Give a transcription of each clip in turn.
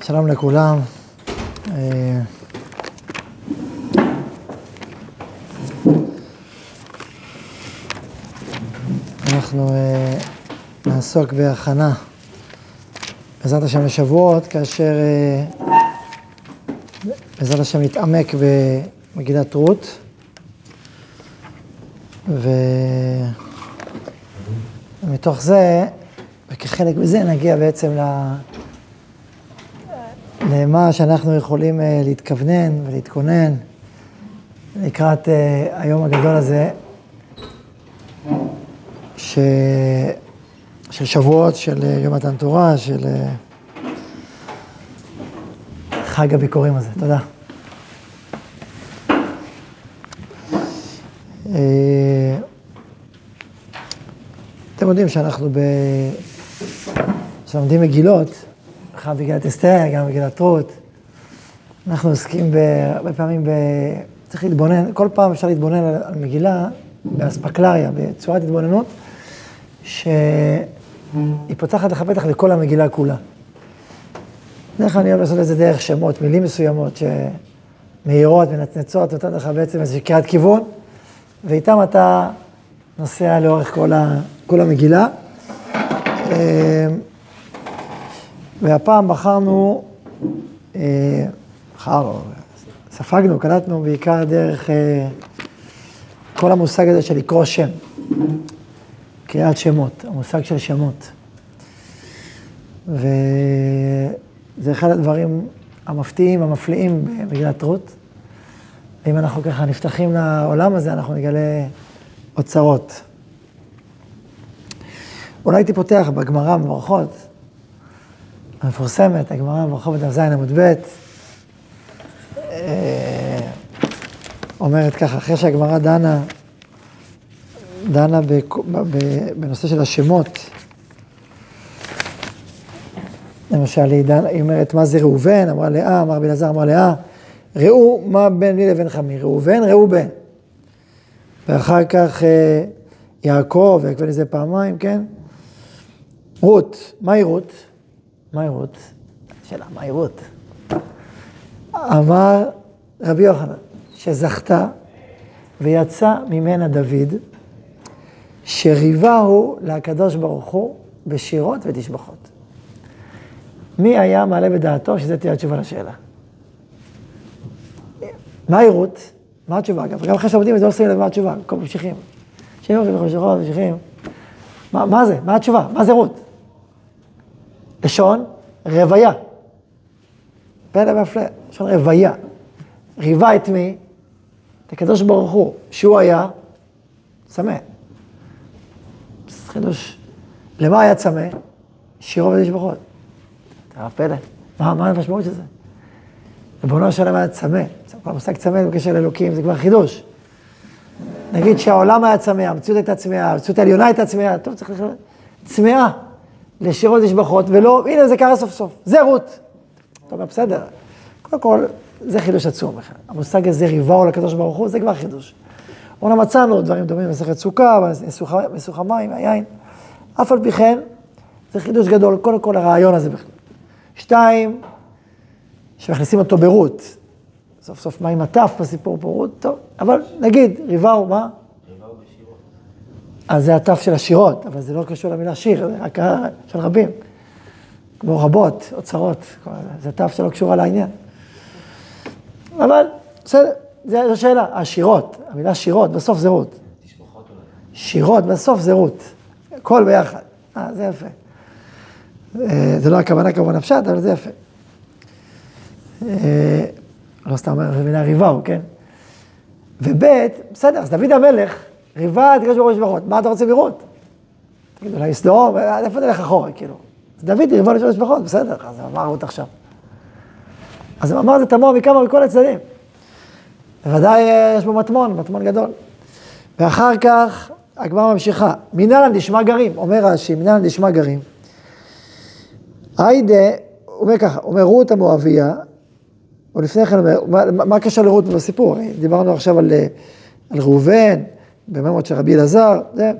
שלום לכולם. אנחנו נעסוק בהכנה בעזרת השם לשבועות, כאשר בעזרת השם נתעמק במגילת רות, ומתוך זה, וכחלק מזה נגיע בעצם למה שאנחנו יכולים להתכוונן ולהתכונן לקראת היום הגדול הזה של שבועות, של יום מתן תורה, של חג הביקורים הזה. תודה. אתם יודעים שאנחנו שלומדים מגילות, גם מגילת אסתר, גם מגילת רות. אנחנו עוסקים הרבה פעמים צריך להתבונן, כל פעם אפשר להתבונן על מגילה באספקלריה, בצורת התבוננות, שהיא פותחת לך פתח לכל המגילה כולה. דרך אני אוהב לעשות את זה דרך שמות, מילים מסוימות שמהירות ונצנצות, נותנת לך בעצם איזושהי קריאת כיוון, ואיתם אתה נוסע לאורך כל המגילה. והפעם בחרנו, ספגנו, קלטנו בעיקר דרך כל המושג הזה של לקרוא שם, קריאת שמות, המושג של שמות. וזה אחד הדברים המפתיעים, המפליאים במגילת רות. אם אנחנו ככה נפתחים לעולם הזה, אנחנו נגלה אוצרות. אולי הייתי פותח בגמרא בברכות, המפורסמת, הגמרא בברכות בדף ז עמוד ב', אומרת ככה, אחרי שהגמרא דנה בנושא של השמות, למשל, היא אומרת מה זה ראובן, אמרה לאה, אמר רבי אלעזר, אמר לאה, ראו מה בין לי לבין חמי, ראובן, ראובן. ואחר כך יעקב, ויקבל לזה פעמיים, כן? רות, מהי רות? מהי רות? שאלה, מהי רות? אמר רבי יוחנן, שזכתה ויצא ממנה דוד, שריבהו לקדוש ברוך הוא בשירות ותשבחות. מי היה מעלה בדעתו שזה תהיה התשובה לשאלה? מהי רות? מה התשובה? גם אחרי שעובדים, זה לא עושים לב מה התשובה, כל ממשיכים. ממשיכים. מה זה? מה התשובה? מה זה רות? לשון רוויה. פלא והפלא, לשון רוויה. ריבה את מי? את הקדוש ברוך הוא, שהוא היה צמא. חידוש. למה היה צמא? שירו ותשבחות. פלא. מה המשמעות של זה? ריבונו של עולם היה צמא. כל המושג צמא בקשר לאלוקים, זה כבר חידוש. נגיד שהעולם היה צמא, המציאות הייתה צמאה, המציאות העליונה הייתה צמאה, טוב, צריך לחלק. צמאה לשירות ותשבחות, ולא, הנה זה קרה סוף סוף. זה רות. טוב, בסדר. קודם כל, זה חידוש עצום. המושג הזה ריבהו לקדוש ברוך הוא, זה כבר חידוש. אומנם מצאנו דברים דומים במסכת סוכה, מסוך המים, היין. אף על פי כן, זה חידוש גדול, קודם כל הרעיון הזה בכלל. 2, שמכניסים אותו ברות. סוף סוף מה עם הטף בסיפור פה רות, טוב. אבל נגיד, ריבהו, מה? ריבהו בשירות. אז זה הטף של השירות, אבל זה לא קשור למילה שיר, זה רק של רבים. כמו רבות, אוצרות, זה הטף שלא קשורה לעניין. אבל, בסדר, זו שאלה, השירות, המילה שירות, בסוף זה רות. תשבחות אולי. שירות, בסוף זה רות. הכל ביחד. זה יפה. זה לא הכוונה כמובן הפשט, אבל זה יפה. לא סתם אומר, זה מילה ריבהו, כן? ובית, בסדר, אז דוד המלך, ריבה את קדוש ברוך הוא שבחות. מה אתה רוצה לראות? תגיד, אולי סדום, איפה נלך אחורה, כאילו? אז דוד ריבה לשבחות שבחות, בסדר, אז אמר רות עכשיו. אז אמר זה תמוה מכל הצדדים. בוודאי יש בו מטמון גדול. ואחר כך, הגמרא ממשיכה, מנהלן דשמא גרים, אומר רש"י, מנהלן דשמא גרים. היידה, הוא אומר ככה, אומר רות המואביה, או לפני כן, מה הקשר לרות בסיפור? דיברנו עכשיו על ראובן, בממות של רבי אלעזר, זה.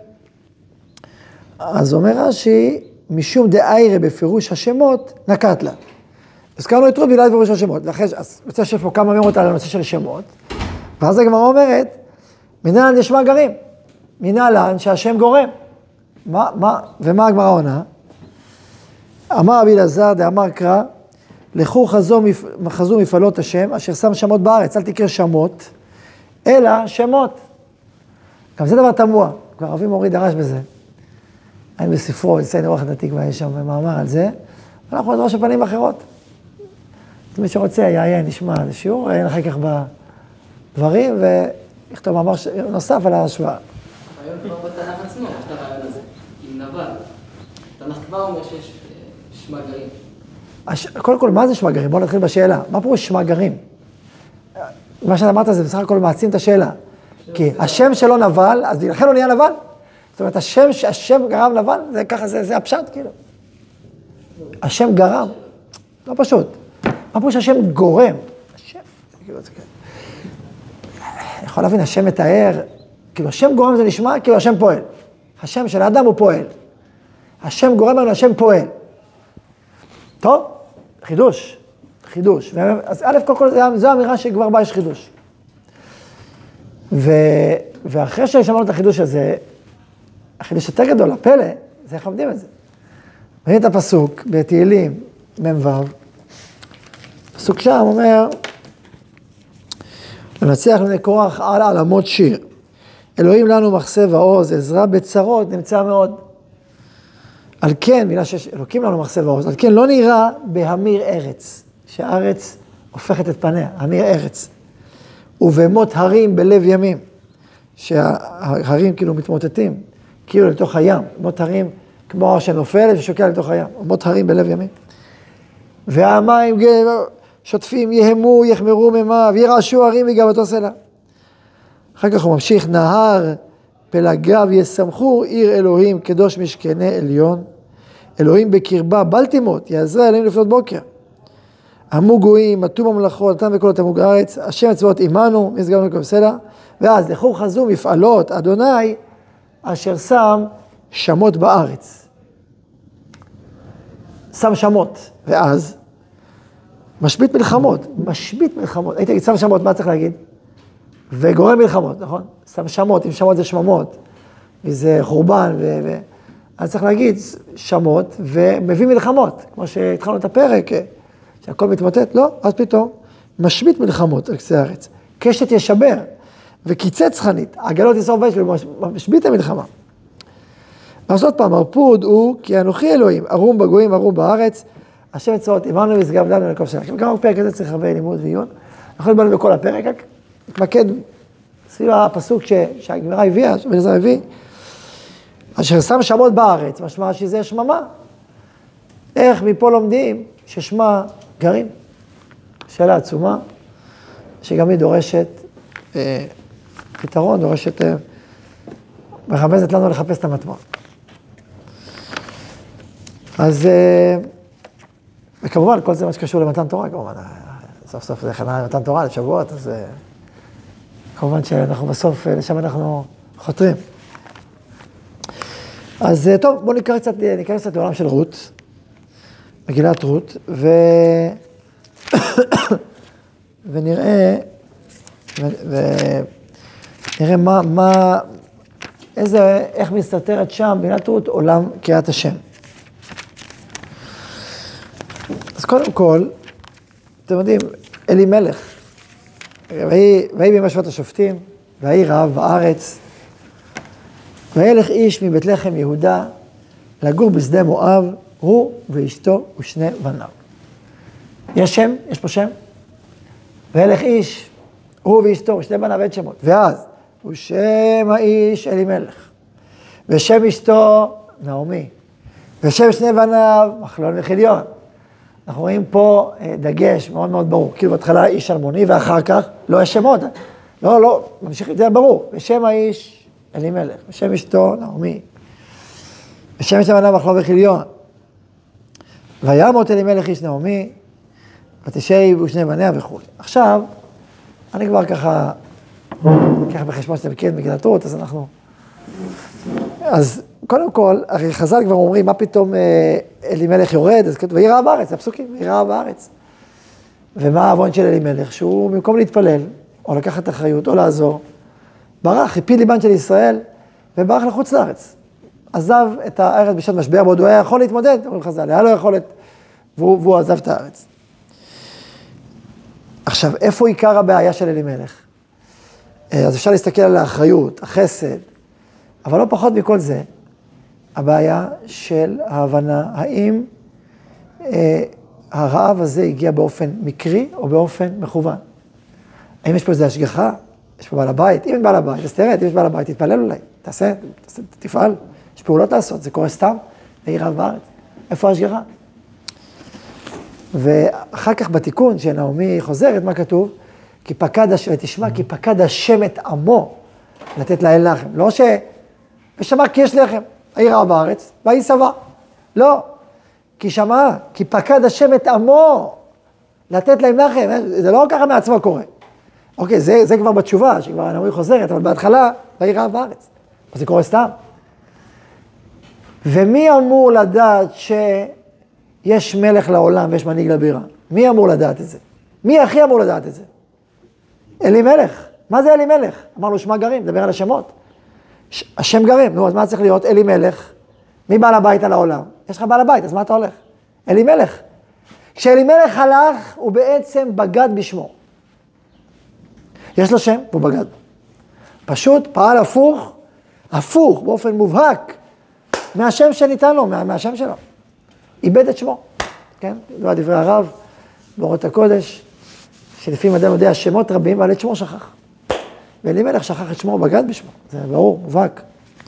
אז אומר רש"י, משום דאיירה בפירוש השמות, נקט לה. הזכרנו את רות בגלל דיבור של שמות, ואחרי יוצא שיש פה כמה מימות על הנושא של שמות, ואז הגמרא אומרת, מנהלן נשמע גרים, מנהלן שהשם גורם. ומה הגמרא עונה? אמר רבי אלעזר דאמר קרא, לכו חזו מפעלות השם, אשר שם שמות בארץ, אל תקרא שמות, אלא שמות. גם זה דבר תמוה, כבר רבי מורי דרש בזה. אין בספרו, יציין רוח התקווה, יש שם מאמר על זה, אנחנו נדרוש בפנים אחרות. מי שרוצה, יעיין, נשמע על שיעור, יעיין אחר כך בדברים, ויכתוב מאמר נוסף על ההשוואה. הרעיון כבר בתנ"ך עצמו, יש את הרעיון הזה, עם נבל. התנ"ך כבר אומר שיש שמגרים. קודם כל, מה זה שמגרים? בואו נתחיל בשאלה. מה פירוש שמגרים? מה שאמרת זה בסך הכל מעצים את השאלה. כי השם שלו נבל, אז לכן הוא נהיה נבל. זאת אומרת, השם גרם נבל, זה ככה, זה הפשט, כאילו. השם גרם. לא פשוט. מה פירוש השם גורם? השם, כאילו, זה כאילו. אני יכול להבין, השם מתאר, כאילו, השם גורם זה נשמע, כאילו, השם פועל. השם של האדם הוא פועל. השם גורם לנו, השם פועל. טוב, חידוש. אז א', כל זו אמירה שכבר בה יש חידוש. ואחרי ששמענו את החידוש הזה, החידוש יותר גדול, הפלא, זה איך עובדים את זה. ראינו את הפסוק בתהילים, מ"ו, פסוק שם אומר, ונצליח לבני קורח על עלמות שיר. אלוהים לנו מחסה ועוז, עזרה בצרות, נמצא מאוד. על כן, מילה שיש, אלוקים לנו מחסה ועוז, על כן לא נראה בהמיר ארץ, שהארץ הופכת את פניה, המיר ארץ. ובמות הרים בלב ימים, שההרים כאילו מתמוטטים, כאילו לתוך הים, מות הרים כמו שנופלת ושוקע לתוך הים, מות הרים בלב ימים. והמים שוטפים, יהמו, יחמרו ממיו, ירעשו הרים מגבהתו סלע. אחר כך הוא ממשיך, נהר פלגיו ישמחו, עיר אלוהים, קדוש משכני עליון, אלוהים בקרבה, בל תימות, יעזרה אלוהים לפנות בוקר. עמו גויים, מטו ממלכות, נתן וכל תמוג הארץ, השם מצוות עמנו, מסגרנו לקרב סלע, ואז לכו חזו מפעלות, אדוני, אשר שם שמות בארץ. שם שמות, ואז משבית מלחמות. הייתי אגיד, שם שמות, מה צריך להגיד? וגורם מלחמות, נכון? שם שמות, אם שמות זה שממות, וזה חורבן, אז צריך להגיד שמות, ומביא מלחמות, כמו שהתחלנו את הפרק, שהכל מתמוטט, לא, אז פתאום משבית מלחמות על קצה הארץ, קשת ישבר, וקיצץ חנית, עגלות יסור בית שלו, משבית המלחמה. אז עוד פעם, הרפוד הוא, כי אנוכי אלוהים, ערום בגויים, ערום בארץ, השם מצוות, עמנו ושגב לנו לקוף שלכם. גם בפרק הזה צריך הרבה לימוד ועיון, אנחנו נדבר בכל הפרק, רק נתמקד סביב הפסוק שהגמרא הביאה, שבן עזרא הביא, אשר שם שמות בארץ, משמע שזה שממה. איך מפה לומדים ששמה גרים? שאלה עצומה, שגם היא דורשת פתרון, דורשת, מחפשת לנו לחפש את המטמון. אז, וכמובן, כל זה מה שקשור למתן תורה, כמובן, סוף סוף זה הכנה למתן תורה, לשבועות, אז כמובן שאנחנו בסוף, לשם אנחנו חותרים. אז טוב, בואו ניכנס קצת לעולם של רות, מגילת רות, ונראה איך מסתתרת שם מגילת רות עולם קריאת השם. אז קודם כל, אתם יודעים, אלימלך, ויהי בימי שבת השופטים, ויהי רעב בארץ, וילך איש מבית לחם יהודה, לגור בשדה מואב, הוא ואשתו ושני בניו. יש שם? יש פה שם? וילך איש, הוא ואשתו ושני בניו אין שמות. ואז, הוא שם האיש אלימלך, ושם אשתו נעמי, ושם שני בניו מחלון וחיליון. אנחנו רואים פה דגש מאוד מאוד ברור, כאילו בהתחלה איש אלמוני ואחר כך לא יש שמות, לא, ממשיך, זה ברור, ושם האיש אלימלך, ושם אשתו נעמי, ושם שני בניו מחלון וחיליון. וימות אלימלך איש נעמי, ותשב ושני בניה וכו'. עכשיו, אני כבר ככה בחשבון שאתם מכירים מגילת רות, אז קודם כל, הרי חז"ל כבר אומרים, מה פתאום אלימלך יורד, אז כתוב, ויהי רעב בארץ, זה הפסוקים, ויהי רעב בארץ. ומה העוון של אלימלך? שהוא במקום להתפלל, או לקחת אחריות, או לעזור, ברח, הפיל ליבן של ישראל, וברח לחוץ לארץ. עזב את הארץ בשעת משבר, ועוד הוא היה יכול להתמודד, אומרים חז"ל, היה לו יכולת, והוא עזב את הארץ. עכשיו, איפה עיקר הבעיה של אלימלך? אז אפשר להסתכל על האחריות, החסד, אבל לא פחות מכל זה, הבעיה של ההבנה, האם הרעב הזה הגיע באופן מקרי או באופן מכוון. האם יש פה איזו השגחה? יש פה בעל הבית? אם אין בעל הבית, אז תראה, אם יש בעל הבית, תתפלל אולי, תפעל, יש פעולות לעשות, זה קורה סתם, לעיר רב בארץ. איפה ההשגחה? ואחר כך בתיקון, שנעמי חוזרת, מה כתוב? כי פקד השם, ותשמע, כי פקד השם את עמו לתת לאל לחם. לא ושמע כי יש לחם, העיר רב בארץ, והיא שבע. לא, כי שמע, כי פקד השם את עמו לתת להם לחם, זה לא ככה מעצמו קורה. אוקיי, זה כבר בתשובה, שכבר נעמי חוזרת, אבל בהתחלה, בעיר רב בארץ. אז זה קורה סתם. ומי אמור לדעת שיש מלך לעולם ויש מנהיג לבירה? מי אמור לדעת את זה? מי הכי אמור לדעת את זה? אלימלך. מה זה אלימלך? אמרנו שמה גרים, דבר על השמות. השם גרים, נו, אז מה צריך להיות? אלימלך. מי בעל הבית על העולם? יש לך בעל הבית, אז מה אתה הולך? אלימלך. כשאלימלך הלך, הוא בעצם בגד בשמו. יש לו שם, והוא בגד. פשוט פעל הפוך, באופן מובהק, מהשם שניתן לו, מהשם שלו. איבד את שמו, כן? זה דברי הרב, באורות הקודש, שלפעמים אדם יודע שמות רבים, אבל את שמו שכח. ואלימלך שכח את שמו, בגד בשמו, זה ברור, מובהק.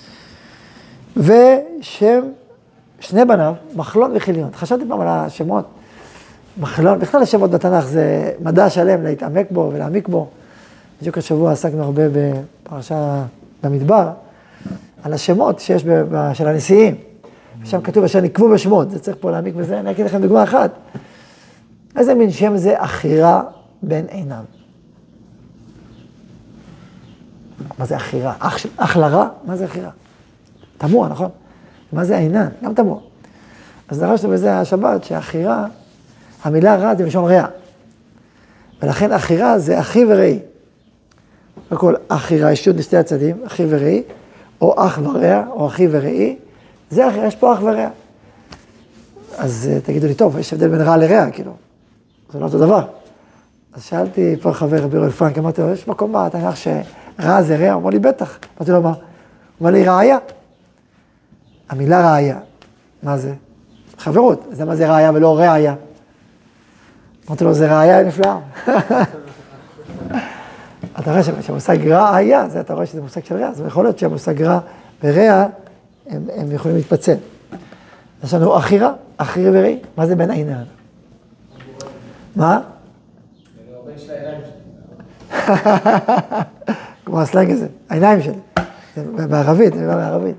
ושם, שני בניו, מחלון וחיליון. חשבתי פעם על השמות, מחלון, בכלל השמות בתנ"ך זה מדע שלם להתעמק בו ולהעמיק בו. בדיוק השבוע עסקנו הרבה בפרשה במדבר, על השמות שיש של הנשיאים. ושם כתוב אשר נקבו בשמות, זה צריך פה להעמיק בזה, אני אגיד לכם דוגמה אחת. איזה מין שם זה אחירה בין עינם? מה זה אחירה? אח לרע? מה זה אחירה? תמוה, נכון? מה זה עינן? גם תמוה. אז דרשנו בזה השבת שאחירה, המילה רע זה משון רע. ולכן אחירה זה אחי ורעי. הכל אחירה, יש יוד לשתי הצדים, אחי ורעי, או אח ורע, או אחי ורעי, זה אחירה, יש פה אח ורע. אז תגידו לי, טוב, יש הבדל בין רע לרע, כאילו. זה לא אותו דבר. אז שאלתי פה חבר רבי רואל פרנק, אמרתי לו, יש מקום מה, אתה נראה שרע זה רע? הוא אמר לי, בטח. אמרתי לו, מה? הוא אמר לי, רעיה. המילה רעיה, מה זה? חברות, אז למה זה רעיה ולא רעיה? אמרתי לו, זה רעיה נפלאה. אתה רואה שהמושג רע היה, זה אתה רואה שזה מושג של רע, אז יכול להיות שהמושג רע ורע, הם יכולים להתפצל. יש לנו אחירה, אחי ורעי, מה זה בין עינן? מה? זה בין של העיניים שלי. כמו הסלנג הזה, העיניים שלי. זה בערבית, זה בערבית.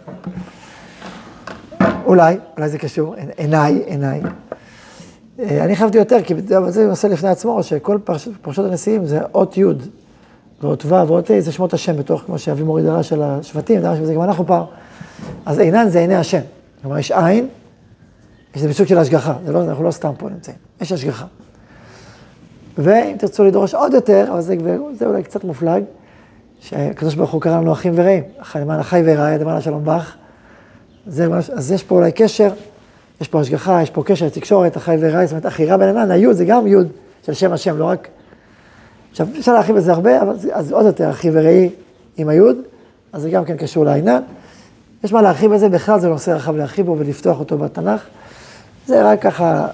אולי זה קשור, עיניי. אני חייבתי יותר, כי זה נושא לפני עצמו, שכל פרשות הנשיאים זה אות י' ואות ו' ואות ה', זה שמות השם בתוך, כמו שאבי מורי דרש על השבטים, דרש בזה גם אנחנו פעם. אז עינן זה עיני השם. כלומר, יש עין, יש זה בסוג של השגחה, אנחנו לא סתם פה נמצאים, יש השגחה. ואם תרצו לדרוש עוד יותר, אבל זה אולי קצת מופלג, שהקדוש ברוך הוא קרא לנו אחים ורעים, למען החי ורעי, למען השלום בך. אז יש פה אולי קשר, יש פה השגחה, יש פה קשר, תקשורת, החי ורעי, זאת אומרת, אחירה בין עינן, היוד זה גם יוד של שם השם, לא רק... עכשיו, אפשר להרחיב את זה הרבה, אבל אז עוד יותר, אחי ורעי עם היוד, אז זה גם כן קשור לעינן. יש מה להרחיב את זה, בכלל זה נושא רחב להרחיב בו ולפתוח אותו בתנ"ך. זה רק ככה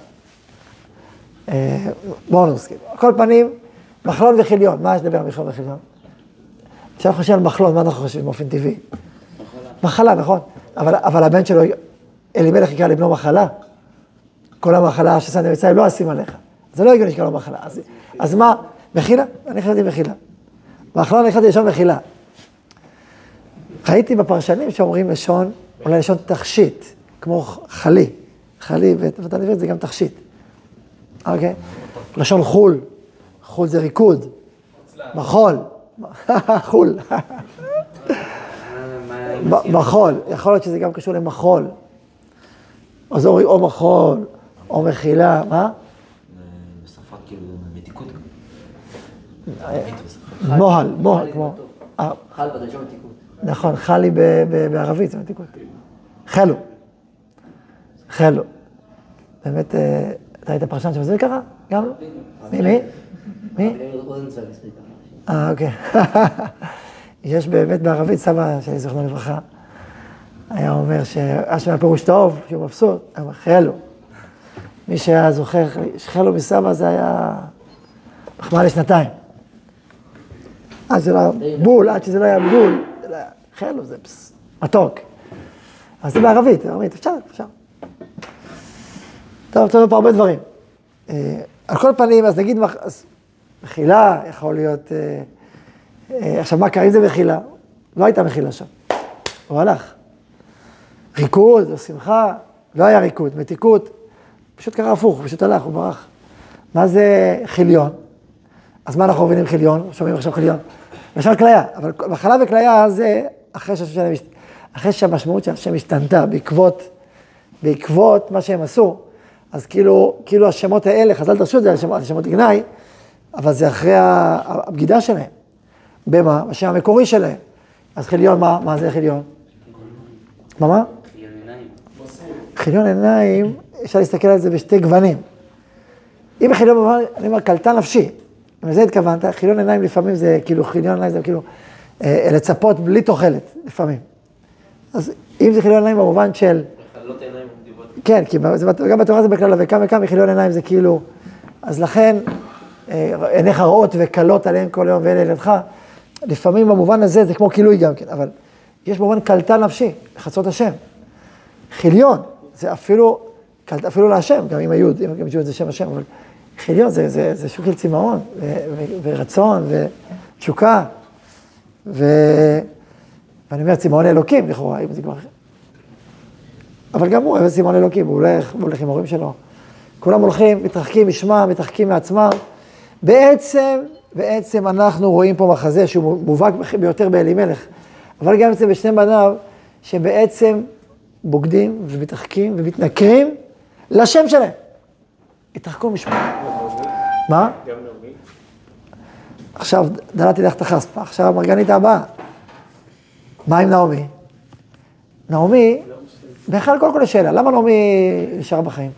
בונוס, כאילו. כל פנים, מחלון וחיליון, מה יש לדבר על מחלון וחיליון? כשאנחנו חושבים על מחלון, מה אנחנו חושבים באופן טבעי? מחלה, נכון. אבל הבן שלו, אלימלך יקרא לבנו מחלה. כל המחלה ששמתם מצרים לא אשים עליך. זה לא הגיוני שקרא לו מחלה. אז מה? מחילה? אני חשבתי מחילה. מחלון אני חשבתי לשון מחילה. ראיתי בפרשנים שאומרים לשון, אולי לשון תכשיט, כמו חלי. חלי, ואתה נביא את זה גם תכשיט. אוקיי? לשון חול. חול זה ריקוד. מחול. חול. מחול. יכול להיות שזה גם קשור למחול. אז אומרים או מחול, או מחילה, מה? בשפת כאילו מוהל, כמו... חל בדרשם מתיקות. נכון, חלי בערבית, זה מתיקות. חלו. באמת, אתה היית פרשן שמסביר ככה? גם? מי? אוקיי. יש באמת בערבית, סבא שלי זכרונו לברכה, היה אומר שהשמע פירוש טוב, שהוא מבסוט, היה אומר חלו. מי שהיה זוכר, חלו מסבא זה היה מחמאה לשנתיים. עד שזה לא היה בול, עד שזה לא היה בול, חלו זה מתוק. אז זה בערבית, אפשר. טוב, פה הרבה דברים. על כל פנים, אז נגיד, מחילה יכול להיות, עכשיו מה קרה אם זה מחילה? לא הייתה מחילה שם, הוא הלך. ריקוד או שמחה, לא היה ריקוד, מתיקות, פשוט קרה הפוך, פשוט הלך, הוא ברח. מה זה חיליון? אז מה אנחנו מבינים חיליון? שומעים עכשיו חיליון. למשל כליה, אבל מחלה וכליה זה אחרי שהמשמעות של השם השתנתה בעקבות מה שהם עשו, אז כאילו השמות האלה, חז"ל דרשו את זה על שמות גנאי, אבל זה אחרי הבגידה שלהם. במה? בשם המקורי שלהם. אז חיליון, מה זה חיליון? מה? חיליון עיניים. חיליון עיניים, אפשר להסתכל על זה בשתי גוונים. אם חיליון, אני אומר, קלטה נפשי. אם לזה התכוונת, חיליון עיניים לפעמים זה כאילו, חיליון עיניים זה כאילו, לצפות בלי תוחלת, לפעמים. אז אם זה חיליון עיניים במובן של... חללות עיניים דיבות. כן, כי גם בתורה זה בכלל, וכמה חיליון עיניים זה כאילו, אז לכן, עיניך רעות וקלות עליהם כל יום ואלה ילדך, לפעמים במובן הזה זה כמו כילוי גם כן, אבל יש במובן קלטה נפשי, לחצות השם. חיליון, זה אפילו להשם, גם עם היוד, אם יוד זה שם השם, אבל חיליון זה שוק של צמאון, ורצון, ותשוקה, ואני אומר צמאון אלוקים, לכאורה, אם זה כבר... אבל גם הוא אוהב צמאון אלוקים, הוא הולך עם הורים שלו. כולם הולכים, מתרחקים משמע, מתרחקים מעצמם. בעצם אנחנו רואים פה מחזה שהוא מובהק ביותר באלימלך, אבל גם אצל בשני בניו, שבעצם בוגדים ומתרחקים ומתנכרים לשם שלהם. התרחקו משמע. מה? גם נעמי. עכשיו, דלתי לך את החספה, עכשיו המרגנית הבאה. מה עם נעמי? נעמי, בכלל כל השאלה, למה נעמי נשארה בחיים?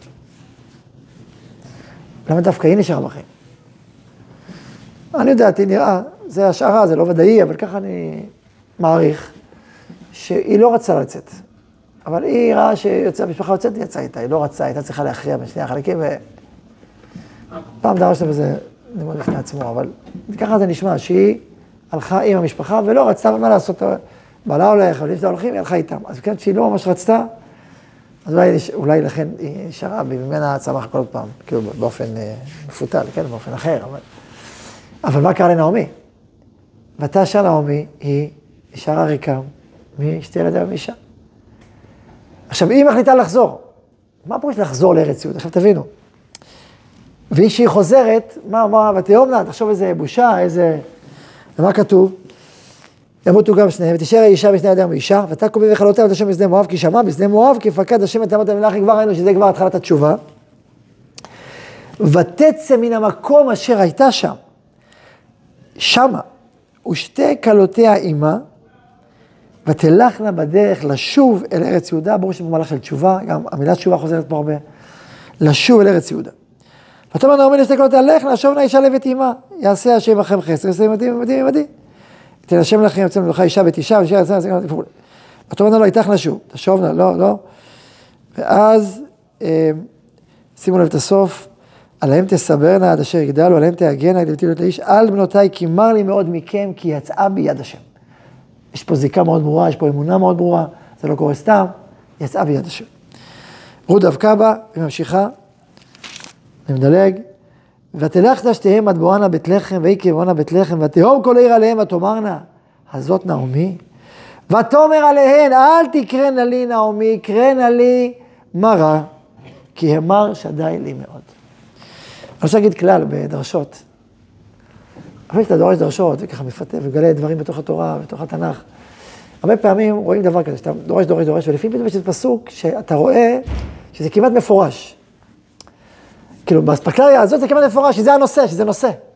למה דווקא היא נשארה בחיים? אני יודעתי, נראה, זה השערה, זה לא ודאי, אבל ככה אני מעריך, שהיא לא רצה לצאת. אבל היא ראה שהמשפחה יוצאת, היא יצאה איתה, היא לא רצה, הייתה צריכה להכריע בשני החלקים, פעם דרשת בזה לימוד לפני עצמו, אבל ככה זה נשמע, שהיא הלכה עם המשפחה ולא רצתה מה לעשות, בעלה הולך, אבל אם זה הולכים, היא הלכה איתם. אז כן, שהיא לא ממש רצתה, אז אולי לכן היא נשארה, ממנה צמח כל פעם, כאילו באופן מפותל, כן, באופן אחר, אבל מה קרה לנעמי? ותשע נעמי היא נשארה ריקם משתי ילדיה ומישה. עכשיו, היא מחליטה לחזור. מה פירוש לחזור לארץ יהודה? עכשיו תבינו. והיא שהיא חוזרת, ותהומנה, תחשוב איזה בושה, ומה כתוב? ימותו גם שניהם, ותישאר האישה בשני ילדיה ואישה, ותקום וכלותיה ותשם בשדה מואב, כי שמע בשדה מואב, כי פקד השם את אמות המלאך, כבר ראינו שזה כבר התחלת התשובה. ותצא מן המקום אשר הייתה שמה, ושתי כלותיה עימה, ותלכנה בדרך לשוב אל ארץ יהודה, ברור שבמהלך של תשובה, גם המילה תשובה חוזרת פה הרבה, לשוב אל ארץ יהודה. ותאמר נעמי לשתי כלותיה, לכנה, שובנה אישה לבית אימה, יעשה השם לכם חסד, יעשה עמדי. תן השם לכם יוצא ממך אישה בית אישה, ואישה יצא לכם וכו'. ותאמר לא, איתך נשוב, תשובנה, לא. ואז, שימו לב את הסוף, עליהם תסברנה עד אשר יגדלו, עליהם תהגנה, תבטילו את האיש, על בנותיי, כי מר לי מאוד מכם, כי יצאה ביד השם. יש פה זיקה מאוד ברורה, יש פה אמונה מאוד ברורה, זה לא קורה סתם, יצאה ביד השם. רות דבקה בה, וממשיכה, אני מדלג, ותלכנה שתיהם עד בואנה בית לחם, והיא כבואנה בית לחם, ותהום כל עיר עליהם, ותאמרנה, הזאת נעמי, ותאמר עליהן, אל תקרנה לי נעמי, קרנה לי מרה, כי המר שדי לי מאוד. אני רוצה להגיד כלל בדרשות, אבל כשאתה דורש דרשות, וככה מפתה וגלה דברים בתוך התורה, בתוך התנ"ך, הרבה פעמים רואים דבר כזה, שאתה דורש, ולפעמים פתאום יש את פסוק שאתה רואה שזה כמעט מפורש. כאילו, באספקלריה הזאת זה כמעט מפורש, שזה הנושא, שזה נושא.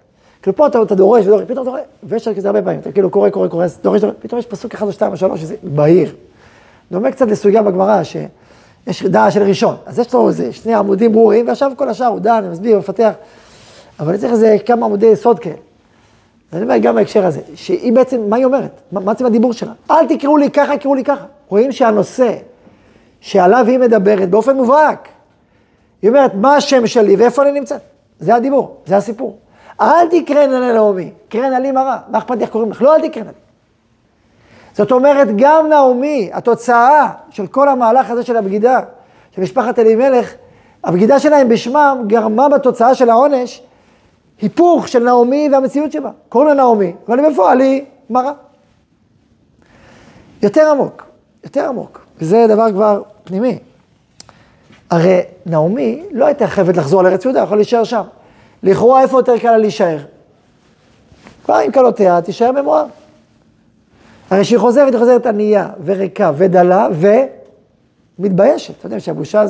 כאילו פה אתה דורש ודורש, פתאום אתה רואה, ויש כזה הרבה פעמים, אתה כאילו קורא, דורש, פתאום יש פסוק 1 או 2 או 3, שזה בהיר. דומה קצת לסוגיה בגמרא, שיש דעה של ראשון. אז יש לו איזה 2 עמודים ברורים, ועכשיו כל השאר הוא דן, מסביר, מפתח. אבל אני צריך איזה כמה עמודי יסוד כאלה. אני אומר גם בהקשר הזה, שהיא בעצם, מה היא אומרת? מה בעצם הדיבור שלה? אל תקראו לי ככה, קראו לי ככה. רואים שהנושא שעליו היא מדברת באופן מובהק, היא אומרת, מה השם שלי ואיפה אני נמצאת? זה הדיבור, זה הסיפור. אל תקרן עלי נעמי, קרן עלי מרה, מה אכפת לי איך קוראים לך? לא, אל תקרן עלי. זאת אומרת, גם נעמי, התוצאה של כל המהלך הזה של הבגידה, של משפחת אלימלך, הבגידה שלהם בשמם גרמה בתוצאה של העונש, היפוך של נעמי והמציאות שבה. קוראים לה נעמי, אבל בפועל היא מרה. יותר עמוק, וזה דבר כבר פנימי. הרי נעמי לא הייתה חייבת לחזור לארץ יהודה, יכול להישאר שם. לכאורה איפה יותר קל לה להישאר? כבר עם קלותיה, תישאר במואב. הרי שהיא חוזרת ענייה וריקה ודלה ומתביישת. אתם יודעים שהבושה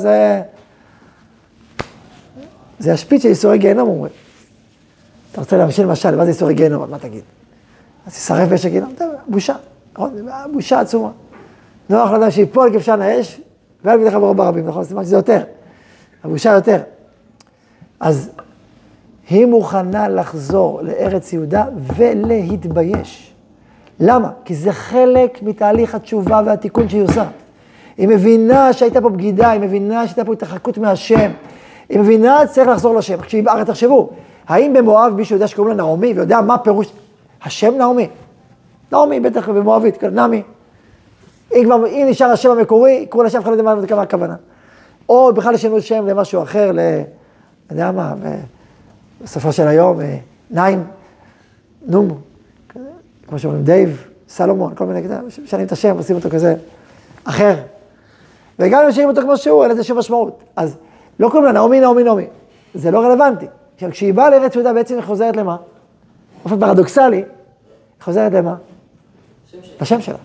זה השפיץ של ייסורי גיהנום, אומרים. אתה רוצה להמשיל למשל, מה זה ייסורי גיהנום? מה תגיד? אז תשרף באש הגיהנום, בושה. בושה עצומה. נוח לאדם שיפול כבשן האש, ואל תגיד חברו ברבים, נכון? זאת אומרת שזה יותר. הבושה יותר. אז היא מוכנה לחזור לארץ יהודה ולהתבייש. למה? כי זה חלק מתהליך התשובה והתיקון שהיא עושה. היא מבינה שהייתה פה בגידה, היא מבינה שהייתה פה התרחקות מהשם, היא מבינה שצריך לחזור לשם. כשהיא באה, תחשבו, האם במואב מישהו יודע שקוראים לה נעמי, ויודע מה פירוש השם נעמי? נעמי, בטח במואבית, נעמי. אם נשאר השם המקורי, קראו לשם אחד לא יודע מה הכוונה. או בכלל ישנו שם למשהו אחר, אני יודע מה, בסופו של היום, נעים, נום, כמו שאומרים, דייב, סלומון, כל מיני כזה, משנים את השם, עושים אותו כזה אחר. וגם אם משאירים אותו כמו שהוא, אין לזה שום משמעות. אז לא קוראים לה נעמי. זה לא רלוונטי. עכשיו, כשהיא באה לארץ יהודה, בעצם היא חוזרת למה? באופן פרדוקסלי, היא חוזרת למה? לשם שלה.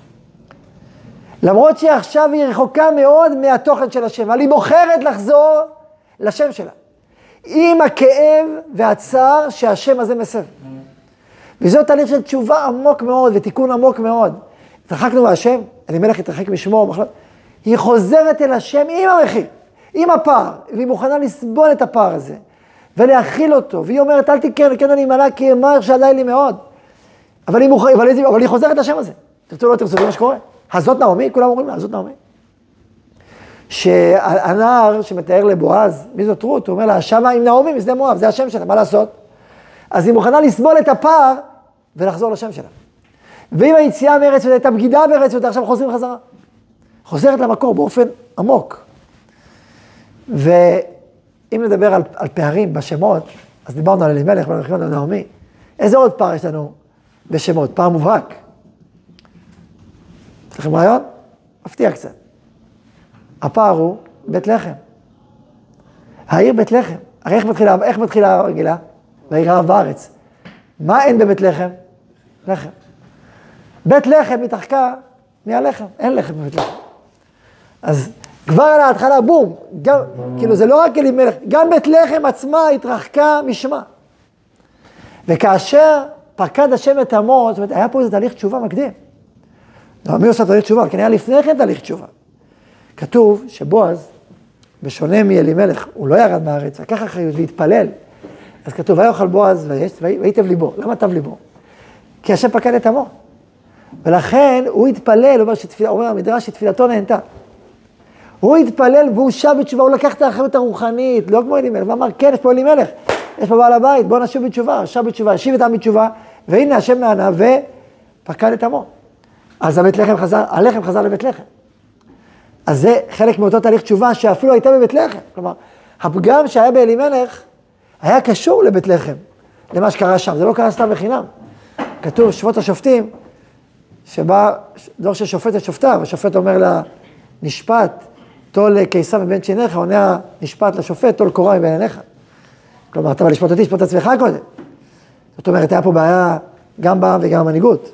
למרות שעכשיו היא רחוקה מאוד מהתוכן של השם, אבל היא בוחרת לחזור לשם שלה. עם הכאב והצער שהשם הזה מסב. וזאת תהליך של תשובה עמוק מאוד ותיקון עמוק מאוד. התרחקנו מהשם, אלימלך התרחק משמו, היא חוזרת אל השם עם המחיר, עם הפער, והיא מוכנה לסבול את הפער הזה, ולהכיל אותו, והיא אומרת, אל תקרן, כן אני מלא, כי אמר שעדיין לי מאוד. אבל היא חוזרת לשם הזה. תרצו לא תרצו, זה מה שקורה. הזאת נעמי, כולם אומרים לה, הזאת נעמי. שהנער שמתאר לבועז, מי זאת רות, הוא אומר לה, שמה עם נעמי משדה מואב, זה השם שלה, מה לעשות? אז היא מוכנה לסבול את הפער ולחזור לשם שלה. ואם היציאה מארץ יהודה, הייתה בגידה בארץ יהודה, עכשיו חוזרים חזרה. חוזרת למקור באופן עמוק. ואם נדבר על פערים בשמות, אז דיברנו על אלימלך ואנחנו על נעמי. איזה עוד פער יש לנו בשמות? פער מובהק. יש לכם רעיון? מפתיע קצת. הפער הוא בית לחם. העיר בית לחם. הרי איך מתחילה הרגילה? והעיר הרב בארץ. מה אין בבית לחם? לחם. בית לחם מתרחקה מהלחם. אין לחם בבית לחם. אז כבר על ההתחלה, בום. כאילו זה לא רק אלימלך, גם בית לחם עצמה התרחקה משמה. וכאשר פקד השם את עמו, זאת אומרת, היה פה איזה תהליך תשובה מקדים. מי עושה תהליך תשובה? כי היה לפני כן תהליך תשובה. כתוב שבועז, בשונה מאלימלך, הוא לא ירד מהארץ, לקח אחריות והתפלל. אז כתוב, ויאכל בועז ויטב ליבו. למה טב ליבו? כי השם פקד את עמו. ולכן הוא התפלל, אומר המדרש שתפילתו נהנתה. הוא התפלל והוא שב בתשובה, הוא לקח את האחריות הרוחנית, לא כמו אלימלך, ואמר, כן, יש פה אלימלך, יש פה בעל הבית, בוא נשוב בתשובה, שב בתשובה, השיב את העם בתשובה, והנה השם נענה ופקד את עמו. אז הלחם חזר לבית לחם. אז זה חלק מאותו תהליך תשובה שאפילו הייתה בבית לחם. כלומר, הפגם שהיה באלימלך היה קשור לבית לחם, למה שקרה שם. זה לא קרה סתם בחינם. כתוב שפוט השופטים, שבא דור של שופט את שופטיו, השופט אומר לה, נשפט, תול קיסם מבין שיניך, עונה נשפט לשופט, תול קורה מבין עיניך. כלומר, אתה בא לשפוט אותי, שפוט עצמך קודם. זאת אומרת, היה פה בעיה גם בעם וגם המנהיגות.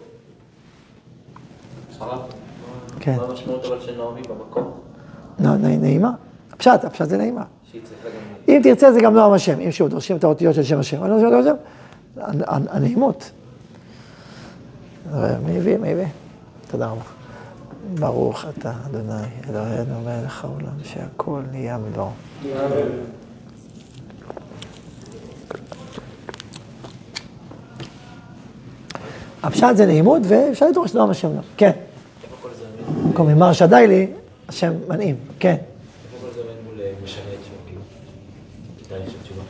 מה המשמעות אבל של נעמי במקום? נעימה. הפשט זה נעימה. אם תרצה זה גם נועם השם, אם שוב דורשים את האותיות של שם השם. הנעימות. מי הביא? תודה רבה. ברוך אתה, אדוני, אלוהינו מלך העולם, שהכל נהיה מדברו. הפשט זה נעימות, ואפשר לדרוש את דבר השם גם. כן. איפה כל זה עומד? במקום ממר שדי לי, השם מנעים. כן. איפה כל זה עומד מול משנה את תשובה, כאילו? תהליך של תשובה.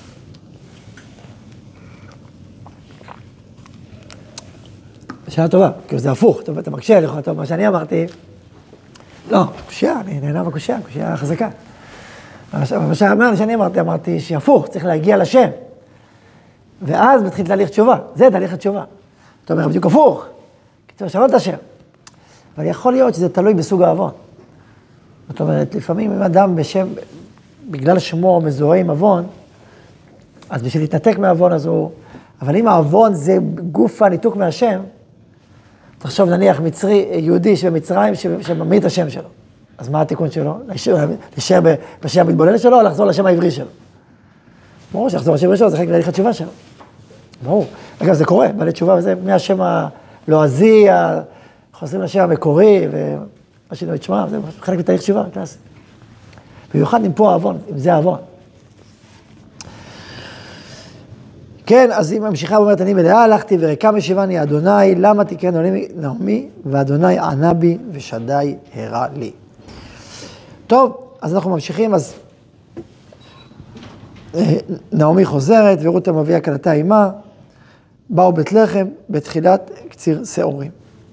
שאלה טובה, כאילו זה הפוך, אתה מקשה לך, טוב, מה שאני אמרתי, לא, קושייה, אני נהנה בקושייה, קושייה חזקה. מה שאני אמרתי שהפוך, צריך להגיע לשם. ואז מתחיל תהליך תשובה, זה תהליך התשובה. אתה אומר, בדיוק הפוך, כי צריך לשנות את השם. אבל יכול להיות שזה תלוי בסוג העוון. זאת אומרת, לפעמים אם אדם בשם, בגלל שמו מזוהה עם עוון, אז בשביל להתנתק מהעוון אז הוא... אבל אם העוון זה גוף הניתוק מהשם, תחשוב נניח מצרי, יהודי שבמצרים שממית השם שלו. אז מה התיקון שלו? להישאר בשם המתבולל שלו או לחזור לשם העברי שלו? ברור שלחזור לשם העברי שלו זה חלק להליך התשובה שלו. ברור. אגב זה קורה, בעלי תשובה וזה מהשם הלועזי, חוזרים לשם המקורי ומה שינו את שמם, זה חלק מתהליך תשובה, קלאסי. במיוחד אם פה העוון, אם זה העוון. כן, אז היא ממשיכה ואומרת, אני מלאה הלכתי וריקה משיבני אדוני, למה תקרא נעמי, ואדוני ענה בי ושדי הרע לי. טוב, אז אנחנו ממשיכים, אז נעמי חוזרת ורות המביאה כלתה עימה, באו בית לחם בתחילת קציר שעורים.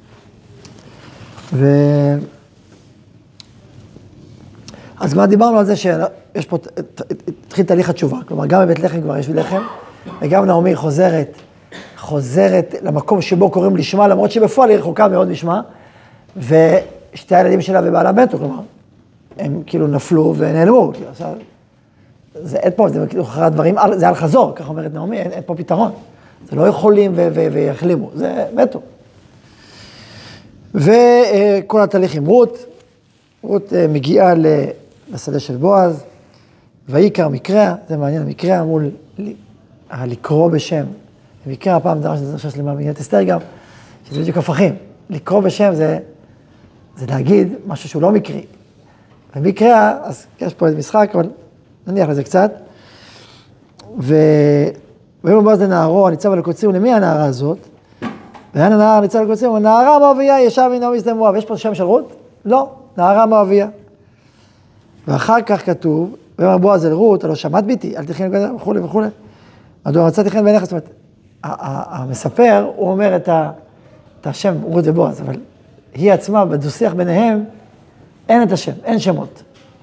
אז כבר דיברנו על זה שיש פה, התחיל תהליך התשובה, כלומר גם בבית לחם כבר יש לחם, וגם נעמי חוזרת למקום שבו קוראים לשמה, למרות שבפועל היא רחוקה מאוד משמה, ושתי הילדים שלה ובעלה מתו, כלומר, הם כאילו נפלו ונעלמו, כאילו, זה אין פה, זה כאילו אחרי הדברים, זה על חזור, כך אומרת נעמי, אין פה פתרון, זה לא יכולים ויחלימו, זה מתו. וכל התהליך עם רות מגיעה לשדה של בועז, ויקרא מקרא, זה מעניין, המקרא מול לקרוא בשם, מקרא הפעם דרש לדרשה שלמה במגילת אסתר גם, שזה בדיוק הפכים, לקרוא בשם זה להגיד משהו שהוא לא מקרי, ומקרא, אז יש פה איזה משחק, אבל נניח לזה קצת, ויאמר בועז לנערו, הניצב על הקוצרים, למי הנערה הזאת? ואין הנער ניצב על הקוצרים, נערה מואביה, ישב מנעמי שדה מואב, יש פה שם של רות? לא, נערה מואביה. ואחר כך כתוב, ואומר בועז אל רות, הלא שמעת ביתי, אל תכין וכו' וכו'. מדוע מצאתי חן בעיניך, זאת אומרת, המספר, הוא אומר את השם רות ובועז, אבל היא עצמה, בדו-שיח ביניהם, אין את השם, אין שמות.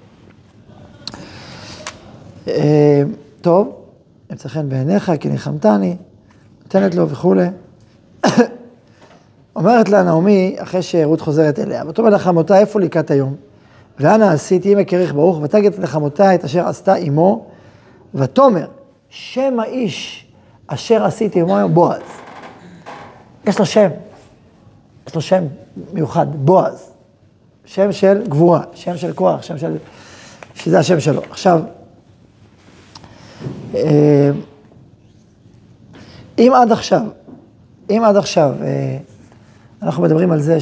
טוב, ימצא חן בעיניך, כי ניחמתני, נותנת לו וכו'. אומרת לה נעמי, אחרי שרות חוזרת אליה, ותאמר לחמותה, איפה לקראת היום? ואנה עשיתי, אם הכריך ברוך, ותגד לחמותה את אשר עשתה עמו, ותאמר, שם האיש אשר עשיתי עמו היום בועז. יש לו שם מיוחד, בועז. שם של גבורה, שם של כוח, שם של... שזה השם שלו. עכשיו, אם עד עכשיו, אנחנו מדברים על זה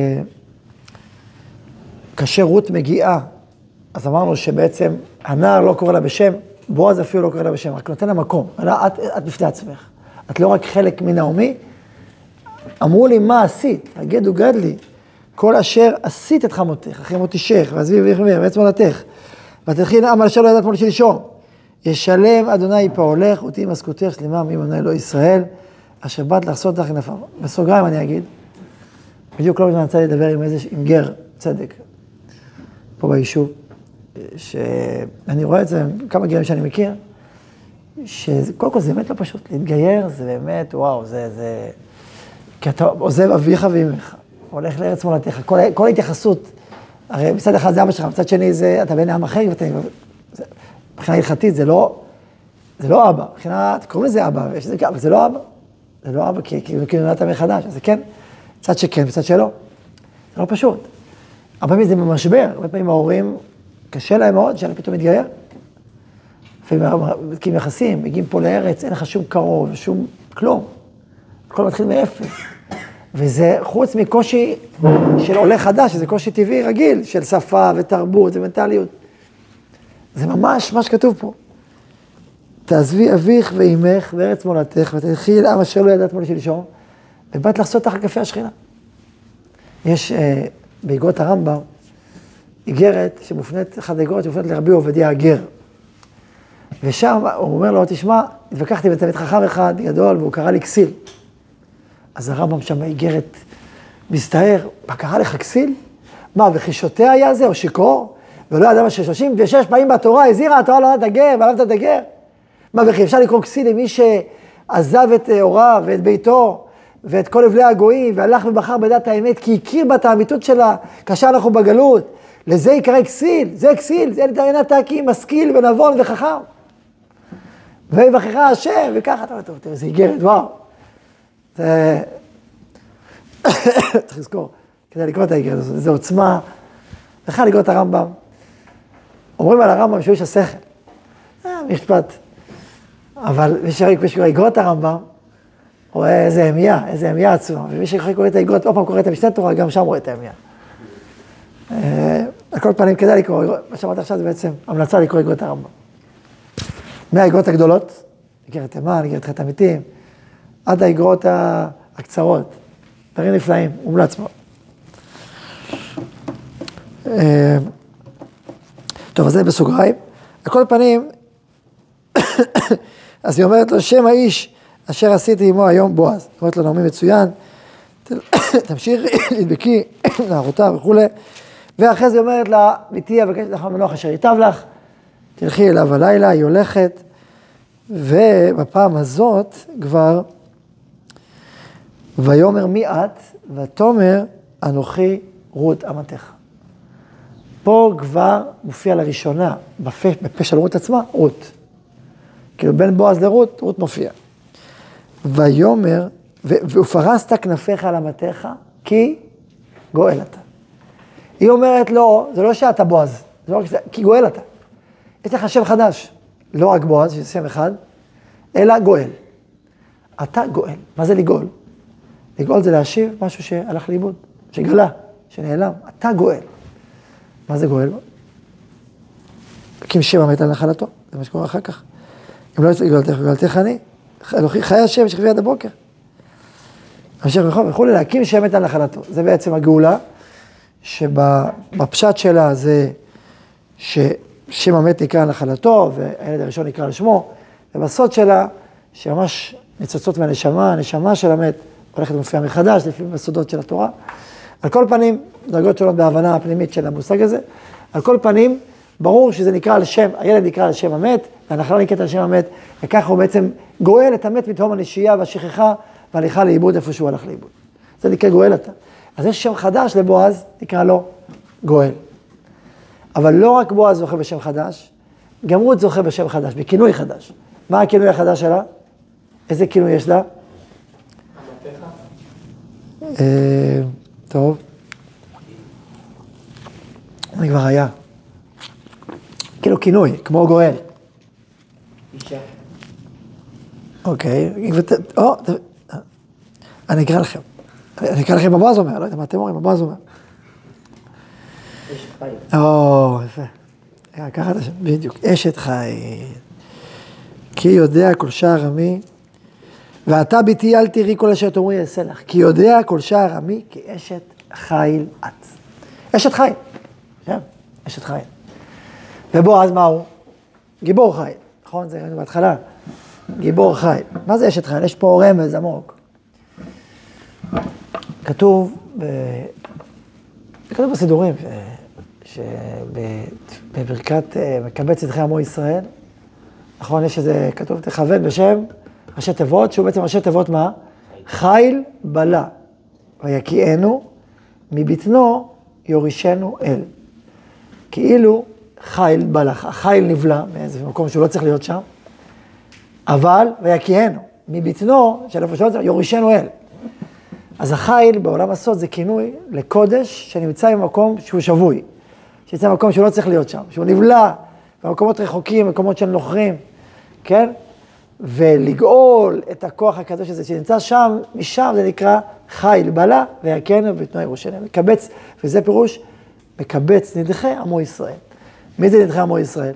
כאשר רות מגיעה, אז אמרנו שבעצם הנער לא קורא לה בשם, בועז אפילו לא קורא לה בשם, רק נותן לה מקום, אלא את בפני עצמך. את לא רק חלק מנעמי, אמרו לי מה עשית, הגד וגד לי, כל אשר עשית את חמותך, אחרי מות אישך, ועזבי ויחמיר, ועץ מולדתך, ותלכי נעם על אשר לא ידעת מול שלשום, ישלם אדוני פעולך, ותהי משכותך שלמה ממנה אלוהי ישראל, אשר באת לחסות לך כנפיו. בסוגריים אני אגיד, בדיוק לא מזמן יצא לי לדבר עם גר צדק, פה ביישוב, שאני רואה את זה, כמה גרים שאני מכיר, שקודם כל זה באמת לא פשוט, להתגייר זה באמת, וואו, זה, כי אתה עוזב אביך ואמך, הולך לארץ מולדתך, כל ההתייחסות, הרי מצד אחד זה אבא שלך, מצד שני זה, אתה בן עם אחר, מבחינה הלכתית זה לא אבא, מבחינה, קוראים לזה אבא, אבל זה לא אבא, זה לא אבא, כי נולדת מחדש, אז זה כן, מצד שכן, מצד שלא, זה לא פשוט. הרבה פעמים זה במשבר, הרבה פעמים ההורים, קשה להם מאוד, שאני פתאום מתגייר, לפעמים יחסים, מגיעים פה לארץ, אין לך שום קרוב, שום כלום. הכל מתחיל מאפס. וזה חוץ מקושי של עולה חדש, שזה קושי טבעי רגיל, של שפה ותרבות ומנטליות. זה ממש מה שכתוב פה. תעזבי אביך ואימך וארץ מולדתך, ותלכי אל עם אשר לא ידעת מולי שלשום, ובאת לחסות תחת כנפי השכינה. יש באגרות הרמב"ם, איגרת שמופנית, אחת האיגרות שמופנית לרבי עובדיה הגר. ושם הוא אומר לו, תשמע, התווכחתי בתלמיד חכם אחד גדול, והוא קרא לי כסיל. אז הרמב"ם שם באיגרת מסתער, מה קרא לך כסיל? מה, וחישותי היה זה, או שיכור? ולא ידע מה ש36 פעמים בתורה, הזהירה התורה לא תגר, ועליו תגר. מה, וכי אפשר לקרוא כסיל למי שעזב את הוריו ואת ביתו, ואת כל אבלי הגויים, והלך ובחר בדת האמת, כי הכיר בת האמיתות שלה, כאשר אנחנו בגלות. לזה יקרא כסיל, זה כסיל, זה נתן תקי, משכיל ונבון וחכם. ויבחרך השם, וככה, טוב, תראה, זה איגרת, וואו. זה... צריך לזכור, כדי לקרוא את האיגרת הזאת, זה עוצמה. וכך לקרוא את הרמב"ם. אומרים על הרמב"ם שהוא איש השכל. משפט. אבל מי שקורא איגרות את הרמב"ם, רואה איזה המיה עצומה. ומי שקורא את האיגרות, עוד פעם קורא את המשנה תורה, גם שם רואה את ההמיה. על כל פנים כדאי לקרוא, מה שאמרת עכשיו זה בעצם המלצה לקרוא איגרות הרמב"ם. מהאיגרות הגדולות, איגרת תימן, איגרת חטא המתים, עד האיגרות הקצרות, דברים נפלאים, מומלץ מאוד. טוב, אז זה בסוגריים. על כל פנים, אז היא אומרת לו, שם האיש אשר עשיתי עמו היום בועז. אומרת לו, נעמי מצוין, תמשיך, תדבקי, נערותה וכו'. ואחרי זה אומרת לה, ביתי אבקש לך מנוח אשר ייטב לך, תלכי אליו הלילה, היא הולכת, ובפעם הזאת כבר, ויאמר מי את, ותאמר אנוכי רות אמתך. פה כבר מופיע לראשונה, בפה של רות עצמה, רות. כאילו בין בועז לרות, רות מופיע. ויאמר, ופרסת כנפיך על אמתך, כי גואל אתה. היא אומרת לו, זה לא שאתה בועז, זה לא רק זה, כי גואל אתה. יש לך שם חדש, לא רק בועז, שזה שם אחד, אלא גואל. אתה גואל. מה זה לגאול? לגאול זה להשיב משהו שהלך לאיבוד, שגלה, שנעלם. אתה גואל. מה זה גואל? כי שם המת על נחלתו, זה מה שקורה אחר כך. אם לא יצא גאלתך, גאלתך אני, אלוהי חיי השם שכבי עד הבוקר. המשך וכו' להקים שם המת על נחלתו. זה בעצם הגאולה, שבפשט שלה זה ששם המת נקרא נחלתו, והילד הראשון נקרא על שמו, ובסוד שלה, שממש ניצוצות מהנשמה, הנשמה של המת הולכת ומופיעה מחדש, לפי בסודות של התורה. על כל פנים, דרגות שונות בהבנה הפנימית של המושג הזה, על כל פנים, ברור שזה נקרא על שם, הילד נקרא על שם המת, והנחלה נקראת על שם המת, וככה הוא בעצם גואל את המת מתהום הנשייה והשכחה, והליכה לאיבוד איפה שהוא הלך לאיבוד. זה נקרא גואל אתה. אז יש שם חדש לבועז, נקרא לו גואל. אבל לא רק בועז זוכה בשם חדש, גם רות זוכה בשם חדש, בכינוי חדש. מה הכינוי החדש שלה? איזה כינוי יש לה? טוב. זה כבר היה. כאילו כינוי, כמו גואל. אישה. אוקיי. אני אקרא לכם. אני אקרא לכם מה בועז אומר, לא יודע מה אתם אומרים, מה בועז אומר. אשת חיל. יפה. ככה אתה שם, בדיוק. אשת חיל. כי יודע כל שער עמי, ואתה ביתי אל תראי כל אשר תאמרי אעשה לך. כי יודע כל שער עמי, כי אשת חיל את. אשת חיל. שם, אשת חיל. ובועז מה הוא? גיבור חיל. נכון? זה ראינו בהתחלה. גיבור חיל. מה זה אשת חיל? יש פה רמז עמוק. כתוב בסידורים, שבברכת מקבץ ידכם עמו ישראל, נכון, יש איזה כתוב, תכוון בשם ראשי תיבות, שהוא בעצם ראשי תיבות מה? חיל בלה, ויקיענו, מבטנו יורישנו אל. כאילו חיל בלה, חיל נבלה, מאיזה מקום שהוא לא צריך להיות שם, אבל ויקיענו, מבטנו, של איפה שלא צריך, יורישנו אל. אז החיל בעולם הסוד זה כינוי לקודש שנמצא במקום שהוא שבוי, שנמצא במקום שהוא לא צריך להיות שם, שהוא נבלע במקומות רחוקים, מקומות של נוכרים, כן? ולגאול את הכוח הקדוש הזה שנמצא שם, משם זה נקרא חיל בלה ויקנו בתנועה ירושלים. מקבץ, וזה פירוש, מקבץ נדחי עמו ישראל. מי זה נדחי עמו ישראל?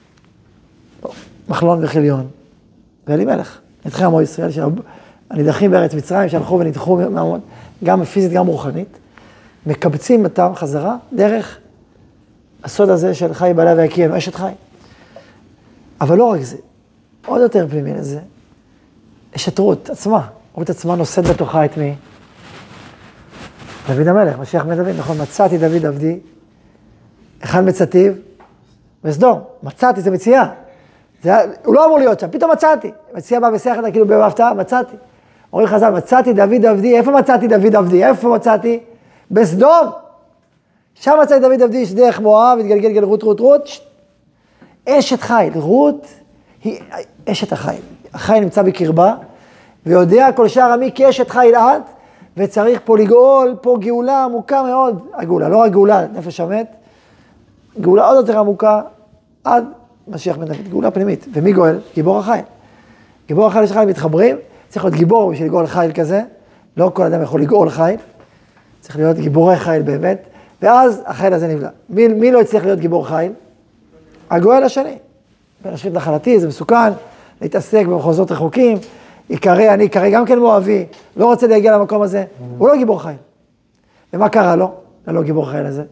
מחלון וחיליון, ואלימלך. נדחי עמו ישראל, הנדחים בארץ מצרים, שהלכו ונדחו גם פיזית, גם רוחנית, מקבצים אותם חזרה דרך הסוד הזה של חי בלה ויקנו, אשת חי. אבל לא רק זה, עוד יותר פנימי לזה, יש את רות עצמה. רות עצמה נושאת בתוכה את מי? דוד המלך, משיח בן דוד, נכון? מצאתי דוד עבדי, אחד מצאתיו, וסדום. מצאתי, זה מציאה. הוא לא אמור להיות שם, פתאום מצאתי. מציאה בא בשכל, כאילו בהפתעה, מצאתי. אומרים חז"ל, מצאתי דוד עבדי, איפה מצאתי דוד עבדי? איפה מצאתי? בסדום. שם מצאתי דוד עבדי, יש דרך מואב, התגלגל רות. אשת חיל, רות היא אשת החיל. החיל נמצא בקרבה, ויודע כל שער עמי כאשת חיל את, וצריך פה לגאול, פה גאולה עמוקה מאוד. הגאולה, לא רק גאולה, נפש המת, גאולה עוד יותר עמוקה, עד משיח בן דוד, גאולה פנימית. ומי גואל? גיבור החיל. גיבור החיל יש חיל מתחברים, צריך להיות גיבור בשביל לגאול חיל כזה, לא כל אדם יכול לגאול חיל, צריך להיות גיבורי חיל באמת, ואז החיל הזה נבלע. מי לא יצליח להיות גיבור חיל? הגואל השני. בין השחית נחלתי, זה מסוכן, להתעסק במחוזות רחוקים, אני יקרא גם כן מואבי, לא רוצה להגיע למקום הזה, הוא לא גיבור חיל. ומה קרה לו? לא גיבור חיל הזה.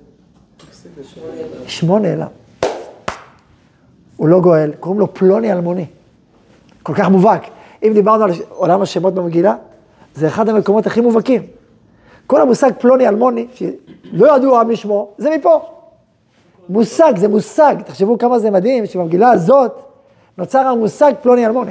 8 נעלם. הוא לא גואל, קוראים לו פלוני אלמוני. כל כך מובהק. אם דיברנו על עולם השמות במגילה, זה אחד המקומות הכי מובהקים. כל המושג פלוני אלמוני, שלא ידעו מי שמו, זה מפה. מושג, זה מושג. תחשבו כמה זה מדהים, שבמגילה הזאת נוצר המושג פלוני אלמוני.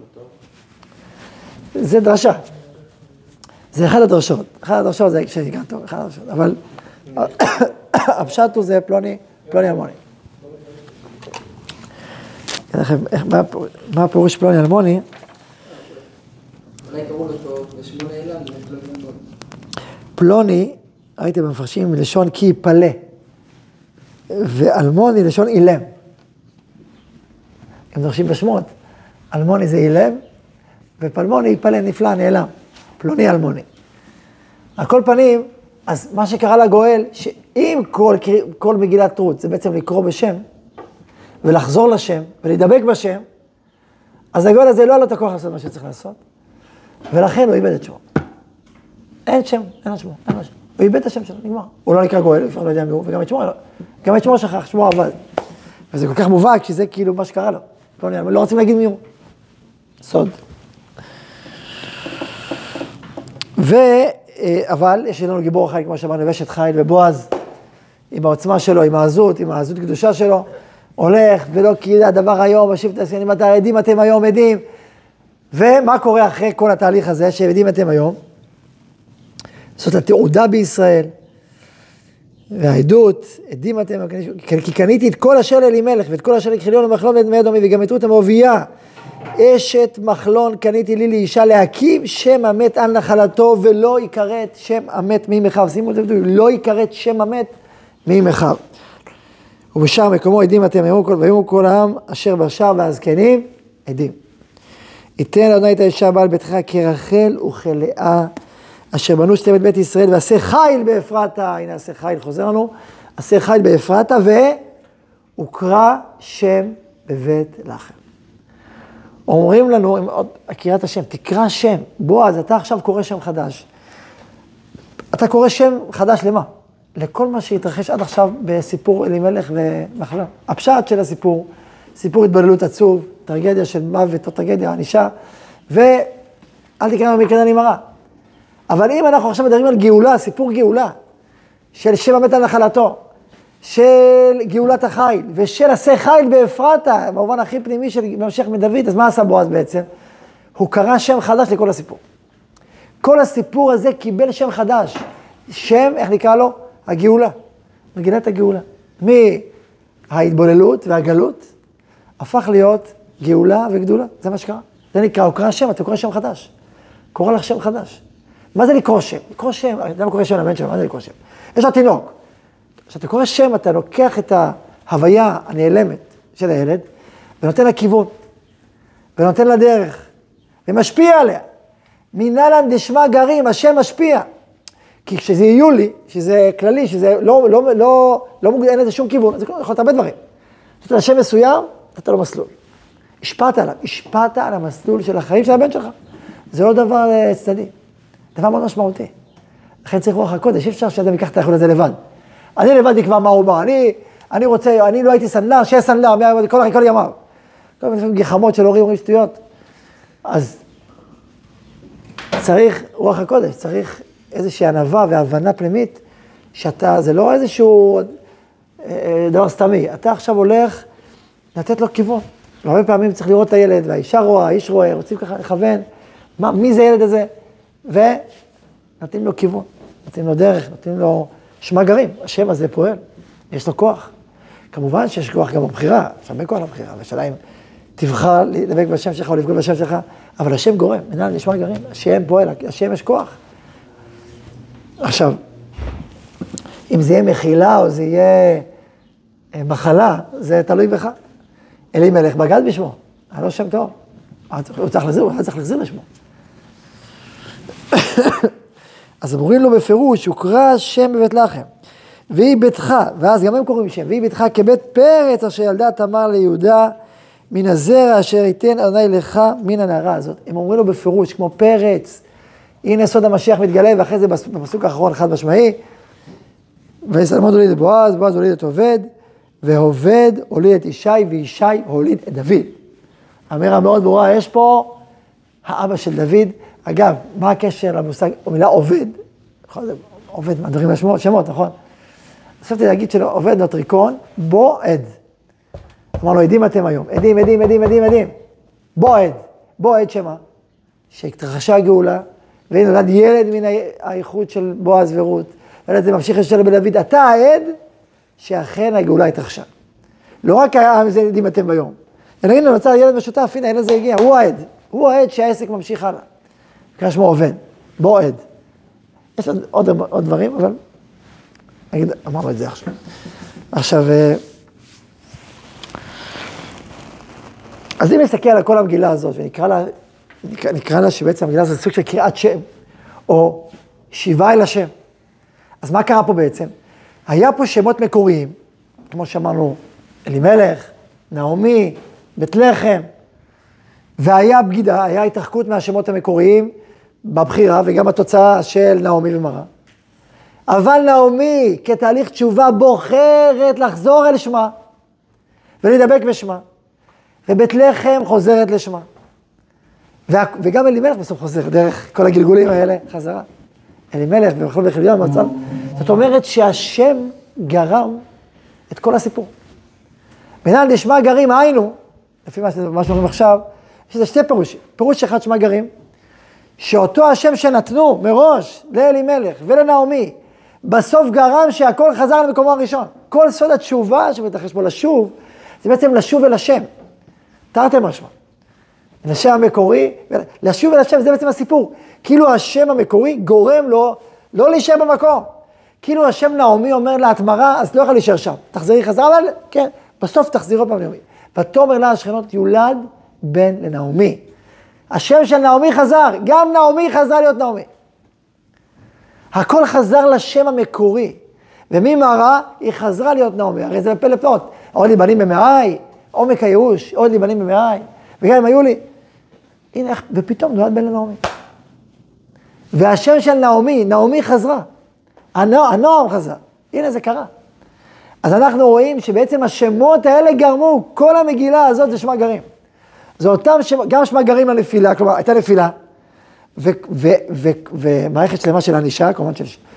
זה דרשה. זה אחד הדרשות. אחד הדרשות זה שנקרא טוב, אחד הדרשות. אבל הפשט הוא זה פלוני אלמוני. מה הפירוש פלוני אלמוני? אולי קראו לו בשמו נעלם, פלוני אלמוני. פלוני, ראיתי במפרשים, מלשון כי יפלא. ואלמוני לשון אילם. הם דורשים בשמות. אלמוני זה אילם, ופלמוני יפלא נפלא, נעלם. פלוני אלמוני. על כל פנים, אז מה שקרה לגואל, שאם כל מגילת רות זה בעצם לקרוא בשם, ולחזור לשם, ולהידבק בשם, אז הגואל הזה לא היה לו את הכוח לעשות מה שצריך לעשות, ולכן הוא איבד את שמו. אין שם, אין לו שמו, אין לו שם. הוא איבד את השם שלו, נגמר. הוא לא נקרא גואל, לפעמים לא יודע מי הוא, וגם את שמו שכח, שמו עבד. וזה כל כך מובהק, שזה כאילו מה שקרה לו. לא רוצים להגיד מי הוא. סוד. אבל יש לנו גיבור חיל, כמו שאמרנו, ואשת חיל, ובועז, עם העוצמה שלו, עם העזות קדושה שלו, הולך, ולא כי הדבר היום, משיב את העשיינים, אתם עדים, אתם היום עדים. ומה קורה אחרי כל התהליך הזה, שעדים אתם היום? זאת התעודה בישראל, והעדות, עדים אתם, כי קניתי את כל אשר לאלימלך, ואת כל אשר לכיליון ומחלון ואת מי אדומי, וגם את רות המואביה, אשת מחלון קניתי לי לאישה להקים שם המת על נחלתו, ולא יכרת שם המת מימיכיו. שימו לב, לא יכרת שם המת מימיכיו. ובשאר מקומו עדים אתם, ויאמרו כל העם אשר בשער והזקנים, עדים. ייתן אדוני את האישה בעל ביתך כרחל וכלאה, אשר בנו שתי בית ישראל, ועשה חיל באפרתה, הנה עשה חיל, חוזר לנו, עשה חיל באפרתה, והוקרא שם בבית לחם. אומרים לנו, הכירת השם, תקרא שם, בועז, אתה עכשיו קורא שם חדש. אתה קורא שם חדש למה? לכל מה שהתרחש עד עכשיו בסיפור אלימלך ומחלון. הפשט של הסיפור, סיפור התבוללות עצוב, טרגדיה של מוות או טרגדיה, ענישה, ואל תקרא במקרה נמרא. אבל אם אנחנו עכשיו מדברים על גאולה, סיפור גאולה, של שם המת על נחלתו, של גאולת החיל, ושל עשה חיל באפרתה, במובן הכי פנימי של משיח בן דוד, אז מה עשה בועז בעצם? הוא קרא שם חדש לכל הסיפור. כל הסיפור הזה קיבל שם חדש. שם, איך נקרא לו? הגאולה. מגילת הגאולה. מההתבוללות והגלות, הפך להיות גאולה וגדולה. זה מה שקרה. זה נקרא, הוא קרא שם, אתה קורא שם חדש. קורא לך שם חדש. מה זה לקרוא שם? לקרוא שם, אתה יודע מה קורא שם לבן שלו, מה זה לקרוא שם? יש לו תינוק. כשאתה קורא שם, אתה לוקח את ההוויה הנעלמת של הילד, ונותן לה כיוון, ונותן לה דרך, ומשפיע עליה. מנהלן דשמא גרים, השם משפיע. כי כשזה יולי, שזה כללי, שזה לא אין לזה שום כיוון, זה יכול להיות הרבה דברים. נתת לשם מסוים, נתת לו מסלול. השפעת עליו, השפעת על המסלול של החיים של הבן שלך. זה לא דבר צדדי, דבר מאוד משמעותי. לכן צריך רוח הקודש, אי אפשר שאדם ייקח את היכול הזה לבד. אני לבד אקבע מה הוא אומר, אני לא הייתי סנדלר, שיהיה סנדלר, כל ימיו. כל מיני גחמות של הורים, אומרים שטויות. אז צריך רוח הקודש, צריך איזושהי ענווה והבנה פנימית, שאתה, זה לא איזשהו דבר סתמי, אתה עכשיו הולך לתת לו כיוון. הרבה פעמים צריך לראות את הילד, והאישה רואה, האיש רואה, רוצים ככה לכוון, מי זה הילד הזה? ונותנים לו כיוון, נותנים לו דרך, נותנים לו שמע גרים, השם הזה פועל, יש לו כוח. כמובן שיש כוח גם בבחירה, יש הרבה כוח לבחירה, והשאלה אם תבחר לדבק בשם שלך או לפגוע בשם שלך, אבל השם גורם, מנהל נשמע גרים, השם פועל, השם יש כוח. עכשיו, אם זה יהיה מחילה או זה יהיה מחלה, זה תלוי בך. אלימלך בגד בשמו, היה לו שם טוב, הוא צריך להחזיר לשמו. אז אומרים לו בפירוש, הוקרא שם בבית לחם, והיא ביתך, ואז גם הם קוראים שם, והיא ביתך כבית פרץ אשר ילדה תמר ליהודה, מן הזרע אשר ייתן אדוני לך מן הנערה הזאת. הם אומרים לו בפירוש, כמו פרץ, הנה סוד המשיח מתגלה, ואחרי זה בפסוק האחרון חד משמעי, ויסלמות הוליד את בועז, בועז הוליד את עובד, ועובד הוליד את ישי, וישי הוליד את דוד. אמירה מאוד ברורה, יש פה האבא של דוד. אגב, מה הקשר למושג, המילה עובד? עובד, מה דברים שמות, נכון? חשבתי להגיד שלו, עובד נוטריקון, בו עד. אמר לו, עדים אתם היום, עדים. בו עד שמה? שהתרחשה הגאולה, והנה נולד ילד מן האיחוד של בועז ורות, וילד זה ממשיך לשאול בדוד, אתה העד שאכן הגאולה התרחשה. לא רק העם זה עדים אתם ביום, אלא הנה נוצר ילד משותף, הנה הילד זה הגיע, הוא העד שהעסק ממשיך הלאה. קרא שמו עובד, בו עד. יש עוד דברים, אבל נגיד, אמרנו את זה עכשיו. עכשיו, אז אם נסתכל על כל המגילה הזאת, ונקרא לה שבעצם המגילה הזאת זה סוג של קריאת שם, או שיבה אל השם. אז מה קרה פה בעצם? היה פה שמות מקוריים, כמו שאמרנו, אלימלך, נעמי, בית לחם, והיה בגידה, היה התרחקות מהשמות המקוריים בבחירה, וגם התוצאה של נעמי ומרה. אבל נעמי, כתהליך תשובה, בוחרת לחזור אל שמה, ולהידבק בשמה. ובית לחם חוזרת לשמה. וגם אלימלך בסוף חוזר, דרך כל הגלגולים האלה, חזרה. אלימלך ובכל וחליון מצב. זאת אומרת שהשם גרם את כל הסיפור. מנהל דשמא גרים היינו, לפי מה שאומרים עכשיו, יש לזה שתי פירושים. פירוש אחד שמע גרים, שאותו השם שנתנו מראש לאלימלך ולנעמי, בסוף גרם שהכל חזר למקומו הראשון. כל סוד התשובה שמתרחש בו לשוב, זה בעצם לשוב אל השם. תרתי משמע. לשם המקורי, לשוב אל השם, זה בעצם הסיפור. כאילו השם המקורי גורם לו לא להישאר במקום. כאילו השם נעמי אומר לה, את מרה, אז לא יכול להישאר שם. תחזרי חזרה, אבל כן, בסוף תחזירו פעם נעמי. ותאמר לה השכנות, יולד בן לנעמי. השם של נעמי חזר, גם נעמי חזרה להיות נעמי. הכל חזר לשם המקורי. וממרה היא חזרה להיות נעמי. הרי זה פלא פלאות. עוד לי בנים במאי, עומק הייאוש, עוד לי בנים במאי. וגם אם היו לי, הנה, ופתאום נולד בן לנעמי. והשם של נעמי חזרה. הנועם חזר. הנה זה קרה. אז אנחנו רואים שבעצם השמות האלה גרמו, כל המגילה הזאת זה שמע גרים. זה אותם שמות, גם שמע גרים לנפילה, כלומר, הייתה נפילה, ומערכת שלמה של ענישה, כמובן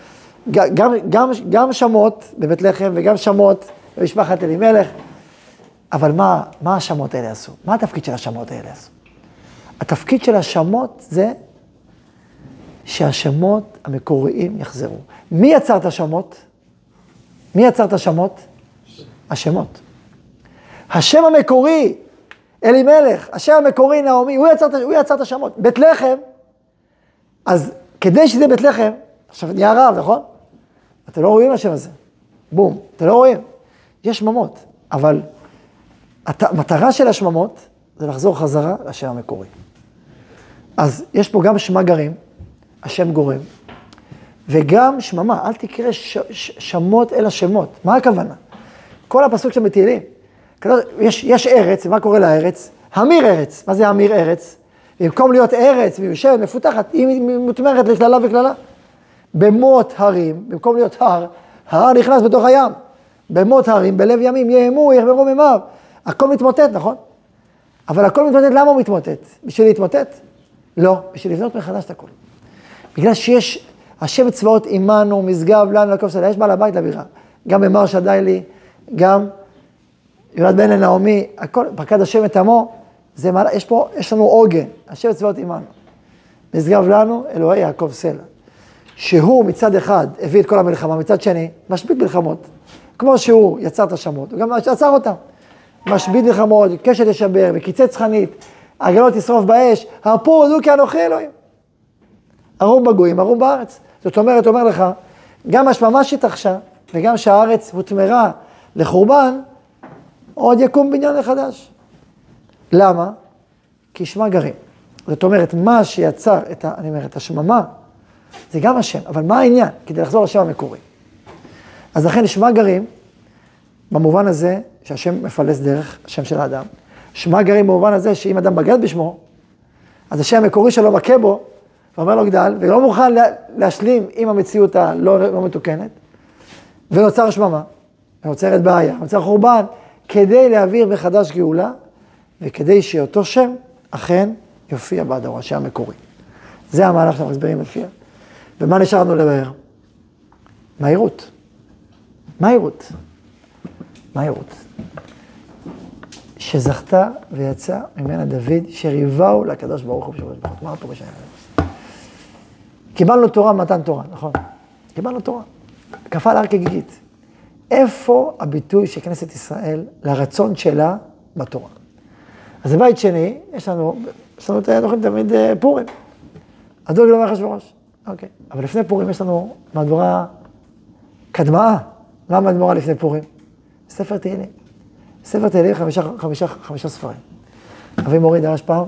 גם שמות בבית לחם וגם שמות במשפחת אלימלך, אבל מה השמות האלה עשו? מה התפקיד של השמות האלה עשו? התפקיד של השמות זה שהשמות המקוריים יחזרו. מי יצר את השמות? מי יצר את השמות? השמות. השם המקורי, אלימלך, השם המקורי נעמי, הוא יצר את השמות. בית לחם, אז כדי שזה בית לחם, עכשיו נהיה רב, נכון? אתם לא רואים השם הזה. בום, אתם לא רואים. יש שמות, אבל המטרה של השממות זה לחזור חזרה לשם המקורי. אז יש פה גם שמע גרים, השם גורם, וגם שממה, אל תקרא שמות אלא שמות. מה הכוונה? כל הפסוק שם בתהילים. יש ארץ, ומה קורה לארץ? המיר ארץ. מה זה המיר ארץ? במקום להיות ארץ מיושבת, מפותחת, היא מותמרת לכללה וכללה. במות הרים, במקום להיות הר, ההר נכנס בתוך הים. במות הרים, בלב ימים, יאמו, יחברו מימיו. הכל מתמוטט, נכון? אבל הכל מתמוטט, למה הוא מתמוטט? בשביל להתמוטט? לא, בשביל לבנות מחדש את הכל. בגלל שיש השם צבאות עמנו, משגב לנו, לקוף סלע, יש בעל הבית לבירה. גם במר שדי לי, גם יולד בן לנעמי, הכל, פקד השם את עמו, יש לנו עוגן, השם צבאות עמנו. משגב לנו, אלוהי יעקב סלע. שהוא מצד אחד הביא את כל המלחמה, מצד שני, משבית מלחמות. כמו שהוא יצר את השמות, הוא גם יצר אותם. משבית מלחמות, קשת ישבר, וקיצץ חנית, עגלות ישרוף באש, הרפו, הודו כי אנוכי אלוהים. ערום בגויים, ערום בארץ. זאת אומרת, אומר לך, גם השממה שהתרחשה, וגם שהארץ הותמרה לחורבן, עוד יקום בניין לחדש. למה? כי שמע גרים. זאת אומרת, מה שיצר את השממה, זה גם השם, אבל מה העניין? כדי לחזור לשם המקורי. אז לכן שמע גרים, במובן הזה שהשם מפלס דרך השם של האדם, שמע גרים במובן הזה שאם אדם בגד בשמו, אז השם המקורי שלו מכה בו, ואומר לו גדל, ולא מוכן להשלים עם המציאות הלא מתוקנת, ונוצר שממה, ונוצרת בעיה, ונוצר חורבן, כדי להעביר מחדש גאולה, וכדי שאותו שם אכן יופיע בדור, השם המקורי. זה המהלך שאנחנו מסבירים לפיה. ומה נשאר לנו לבאר? מהירות. מהירות. מהירות. שזכתה ויצא ממנה דוד, שריבהו לקדוש ברוך הוא בשבוע שבחות. מה פה בשביל? קיבלנו תורה, מתן תורה, נכון? קיבלנו תורה. כפה להר כגיגית. איפה הביטוי של כנסת ישראל לרצון שלה בתורה? אז בבית שני, יש לנו תמיד פורים. הדוג לא מרחש בראש. אוקיי. אבל לפני פורים יש לנו מהדורה קדמאה. מה מהדורה לפני פורים? ספר תהילים. ספר תהילים, חמישה ספרים. אבי מורי דרש פעם,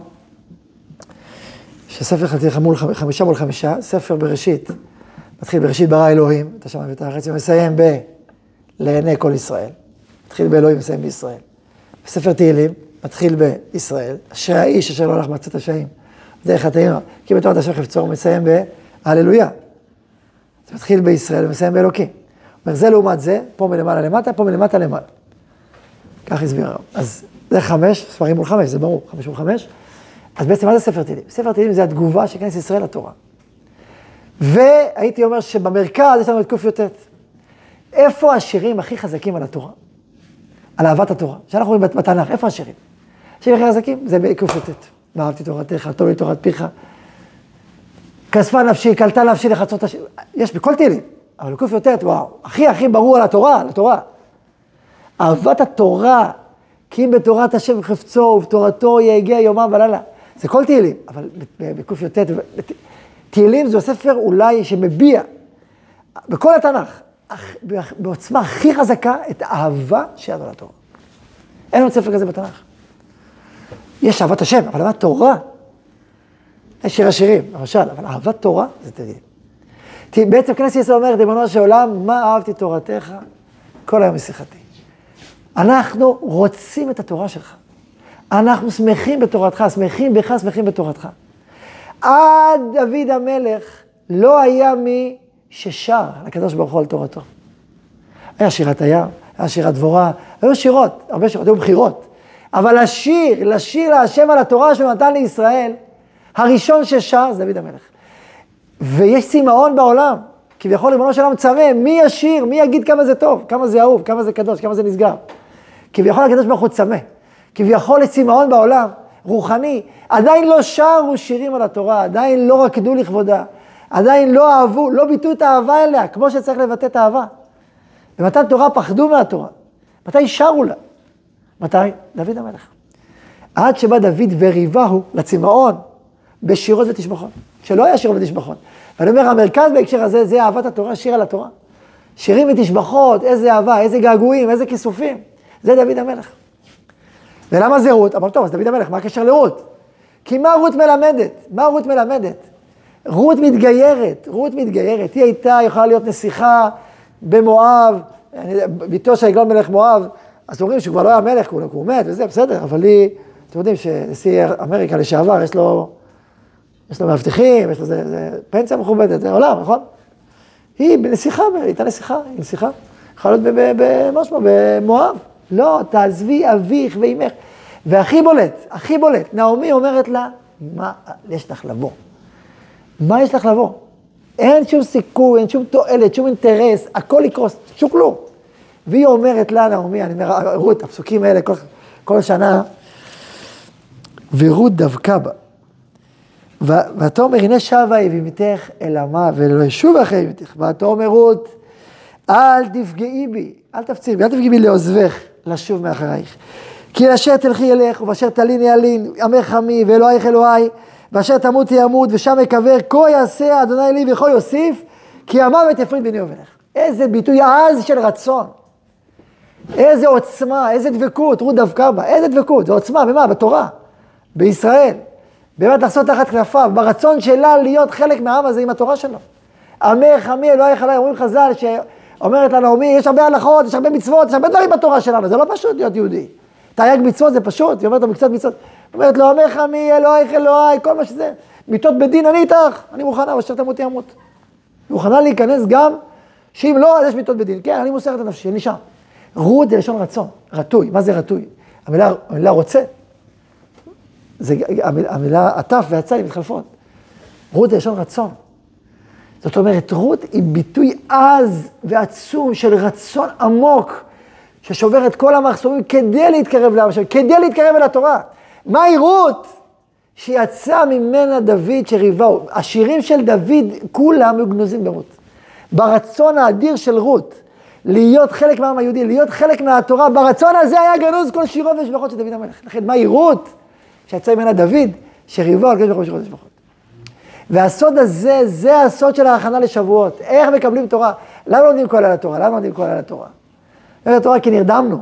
שספר חמישה מול חמישה, ספר בראשית, מתחיל בראשית ברא אלוהים, את השמיים ואת הארץ, ומסיים לעיני כל ישראל. מתחיל באלוהים, מסיים בישראל. בספר תהילים, מתחיל בישראל, אשרי האיש אשר לא הולך מצאת השעים, דרך התאים, כי בתורת השם חפצו, מסיים בהללויה. זה מתחיל בישראל ומסיים באלוקים. אומר, זה לעומת זה, פה מלמעלה למטה, פה מלמטה למעלה. כך הסביר הרב. אז זה 5, ספרים מול 5, זה ברור, 5 מול 5. אז בעצם מה זה ספר תהילים? ספר תהילים זה התגובה של כנסת ישראל לתורה. והייתי אומר שבמרכז יש לנו את ק"ט. איפה השירים הכי חזקים על התורה? על אהבת התורה. שאנחנו רואים בתנ"ך, איפה השירים? השירים הכי חזקים זה בק"ט. ואהבתי תורתך, טוב לי תורת פיך. כספה נפשי, קלטה נפשי לחצות השם. יש בכל תהילים, אבל ק"ט, וואו, הכי ברור על התורה, על התורה. אהבת התורה, כי אם בתורת השם חפצו ובתורתו יגיע יומם ולילה. זה כל תהילים, אבל בק"ט, תהילים זה ספר אולי שמביע בכל התנ"ך, בעוצמה הכי חזקה את האהבה שיש על התורה. אין עוד ספר כזה בתנ"ך. יש אהבת השם, אבל אהבת תורה, יש שיר השירים, למשל, אבל אהבת תורה זה תהילים. בעצם כנסת ישראל אומרת, ריבונו של עולם, מה אהבתי תורתך? כל היום משיחתי. אנחנו רוצים את התורה שלך. אנחנו שמחים בתורתך, שמחים בך, שמחים בתורתך. עד דוד המלך לא היה מי ששר לקדוש ברוך הוא על תורתו. היה שירת הים, היה שירת דבורה, היו שירות, הרבה שירות, היו בחירות. אבל לשיר להשם על התורה שהוא נתן לישראל, הראשון ששר זה דוד המלך. ויש צמאון בעולם, כביכול ריבונו של עולם צמא, מי ישיר, מי יגיד כמה זה טוב, כמה זה אהוב, כמה זה קדוש, כמה זה נשגב. כביכול הקדוש ברוך הוא צמא. כביכול לצמאון בעולם, רוחני, עדיין לא שרו שירים על התורה, עדיין לא רקדו לכבודה, עדיין לא אהבו, לא ביטאו את האהבה אליה, כמו שצריך לבטא את האהבה. במתן תורה פחדו מהתורה. מתי שרו לה? מתי? דוד המלך. עד שבא דוד וריבהו לצמאון בשירות ותשבחות, שלא היה שירות ותשבחות. ואני אומר, המרכז בהקשר הזה, זה אהבת התורה, שיר על התורה. שירים ותשבחות, איזה אהבה, איזה געגועים, איזה כיסופים. זה דוד המלך. ולמה זה רות? אמר, טוב, אז דוד המלך, מה הקשר לרות? כי מה רות מלמדת? מה רות מלמדת? רות מתגיירת. היא הייתה יכולה להיות נסיכה במואב, ביתו של עגלון מלך מואב, אז אומרים שהוא כבר לא היה מלך, הוא מת וזה, בסדר, אבל היא, אתם יודעים שנשיא אמריקה לשעבר, יש לו מאבטחים, יש לו זה פנסיה מכובדת, זה עולם, נכון? היא נסיכה, הייתה נסיכה, יכולה להיות במשהו, במואב. לא, תעזבי אביך ואימך. והכי בולט, נעמי אומרת לה, מה יש לך לבוא? מה יש לך לבוא? אין שום סיכוי, אין שום תועלת, שום אינטרס, הכל יקרוס, שום כלום. והיא אומרת לה, נעמי, אני אומר, רות, הפסוקים האלה כל שנה, ורות דבקה בה. ואתה אומר, הנה שבה היא בימיתך אל עמה, ולא ישוב אחרי בימיתך. ואתה אומר, רות, אל תפגעי בי, אל תפגעי בי לעוזבך, לשוב מאחרייך. כי אשר תלכי אלך, ובאשר תליני אלין, עמך עמי, ואלוהיך אלוהי, ואשר תמותי ימות, ושם יקבר, כה יעשה אדוני לי וכה יוסיף, כי המוות יפריד ביני ובינך. איזה ביטוי עז של רצון. איזה עוצמה, איזה דבקות, רות דבקה בה, איזה דבקות, זה עוצמה, במה? בתורה, בישראל. באמת לחסות תחת כנפיו, ברצון שלה להיות חלק מהעם הזה עם התורה שלו. עמך עמי, אלוהיך אלוהי, אומרים חז"ל, שאומרת לנו, נעמי, יש הרבה הלכות, יש הרבה מצוות, יש הרבה דברים בתורה שלנו, זה לא פשוט להיות יהודי. תרי"ג מצוות זה פשוט, היא אומרת לו מקצת מצוות, אומרת לו, עמך עמי, אלוהיך אלוהי, כל מה שזה, מיתות בדין, אני איתך, אני מוכנה, אשר תמותי ימות. היא מוכנה להיכנס גם, שאם לא, אז יש מיתות בדין, כן, אני מוסרת את נפשי, אני שם. רות זה לשון רצון, רטוי, מה זה רטוי? המילה רוצה, זה המילה עטף והצל מתחלפות. רות זה לשון רצון. זאת אומרת, רות היא ביטוי עז ועצום של רצון עמוק, ששובר את כל המחסומים כדי להתקרב לעם השם, כדי להתקרב אל התורה. מהי רות? שיצא ממנה דוד שריבהו. השירים של דוד כולם היו גנוזים ברות. ברצון האדיר של רות, להיות חלק מהעם היהודי, להיות חלק מהתורה, ברצון הזה היה גנוז כל שירו ושבחות של דוד המלך. לכן מהי רות? שיצא ממנה דוד שריבהו על כל שירו ושבחות. והסוד הזה, זה הסוד של ההכנה לשבועות. איך מקבלים תורה? למה לומדים כל על התורה? למה לומדים כל על התורה? לומדים התורה כי נרדמנו.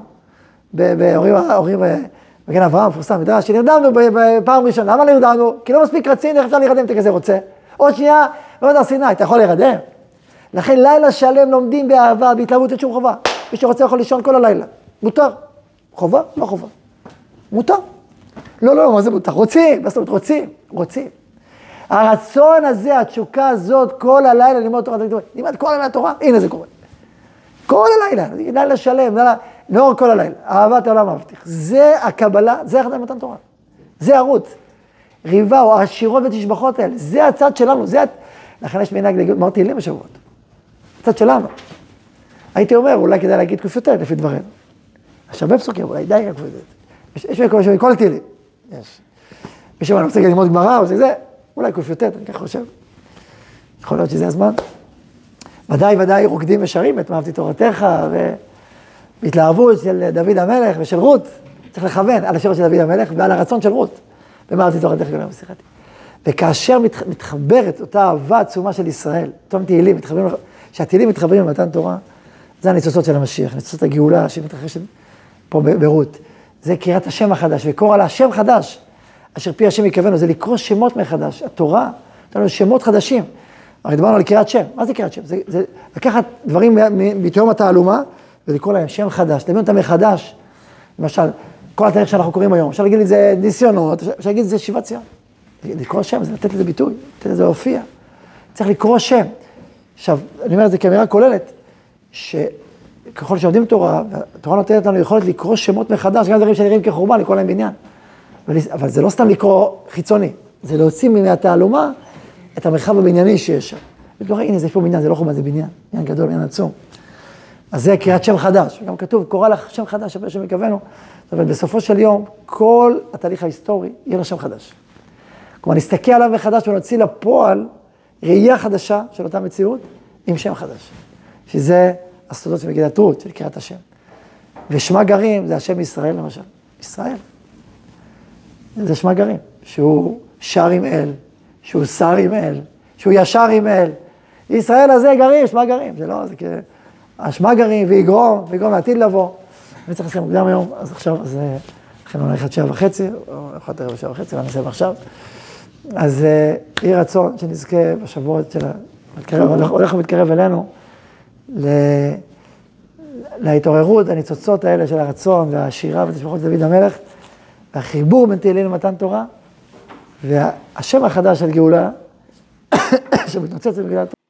בהורים בגן אברהם, פורסם מדרש, שנרדמנו בפעם ראשונה. למה נרדמנו? כי לא מספיק רצינו, איך אפשר להירדם, אתה כזה רוצה. עוד שנייה, לא יודע סיני, אתה יכול להירדם. לכן לילה שלם לומדים באהבה, בהתלהבות את שום חובה. מי שרוצה יכול לישון כל הלילה. מותר. חובה? לא חובה. מותר. לא, מה זה מותר? רוצים. בסוף רוצים. הרצון הזה, התשוקה הזאת, כל הלילה ללמוד תורה, לימד כל הלילה תורה, הנה זה קורה. כל הלילה, לילה שלם, נאור כל הלילה, אהבת העולם מבטיח. זה הקבלה, זה איך מתן תורה. זה ערוץ. ריבה או השירות ותשבחות האלה, זה הצד שלנו, לכן יש מנהג להגיד, אמרתי תהילים בשבועות. הצד שלנו. הייתי אומר, אולי כדאי להגיד ק"ט לפי דברינו. יש הרבה פסוקים, אולי די ק"ט. יש מכל תהילים. יש. מי שאומר, אני רוצה ללמוד גמרא, או זה, אולי ק"ט, אני כך חושב. יכול להיות שזה הזמן. ודאי רוקדים ושרים את אהבתי תורתך, והתלהבות של דוד המלך ושל רות. צריך לכוון על השירות של דוד המלך ועל הרצון של רות. אהבתי תורתך גדולה ושיחתי. וכאשר מתחברת אותה אהבה עצומה של ישראל, אותם תהילים, שהתהילים מתחברים למתן תורה, זה הניצוצות של המשיח, ניצוצות הגאולה שמתרחשת פה ברות. זה קריאת השם החדש, וקורא לה שם חדש, אשר פי השם יכוונו, זה לקרוא שמות מחדש. התורה, נתנו שמות חדשים. הרי דיברנו על קריאת שם. מה זה קריאת שם? זה לקחת דברים מתהום התעלומה, ולקרוא להם שם חדש. להבין אותם מחדש. למשל, כל התהליך שאנחנו קוראים היום, אפשר להגיד לי זה ניסיונות, אפשר להגיד זה שיבת ציון. לקרוא שם, זה לתת לזה ביטוי, לתת לזה להופיע. צריך לקרוא שם. עכשיו, אני אומר את זה כאמירה כוללת, שככל שעובדים תורה, התורה נותנת לנו יכולת לקרוא שמות מחדש, גם דברים שנראים כחורבן, לקרוא להם בניין. אבל זה לא סתם לקרוא חיצוני, זה להוציא מהתעלומה את המרחב הבנייני שיש שם. הנה, זה פה בניין, זה לא חורבן, זה בניין גדול, בניין עצום. אז זה קריאת שם חדש, וגם כתוב, קורא לך שם חדש, הרבה שם יכוונו, אבל בסופו של יום, כל התהליך ההיסטורי יהיה לו שם חדש. כלומר, נסתכל עליו מחדש ונוציא לפועל ראייה חדשה של אותה מציאות עם שם חדש. שזה הסודות של מגילת רות, של קריאת השם. ושמה גרים, זה השם ישראל למשל. ישראל. זה שמה גרים, שהוא שר עם אל, שהוא שר עם אל, שהוא ישר עם אל. ישראל הזה גרים, שמה גרים. זה לא, זה השמה גרים ויגרום לעתיד לבוא. אני צריך לסיים מוקדם היום, אז עכשיו, לכן הוא הולך עד 7:30, או יכול להיות 7:30, ואני נסיים עכשיו. אז יהי רצון שנזכה בשבועות של הולך ומתקרב אלינו, להתעוררות, הניצוצות האלה של הרצון והשירה ותשבחות דוד המלך, והחיבור בין תהילים למתן תורה, והשם החדש של גאולה, שמתנוצץ במגילת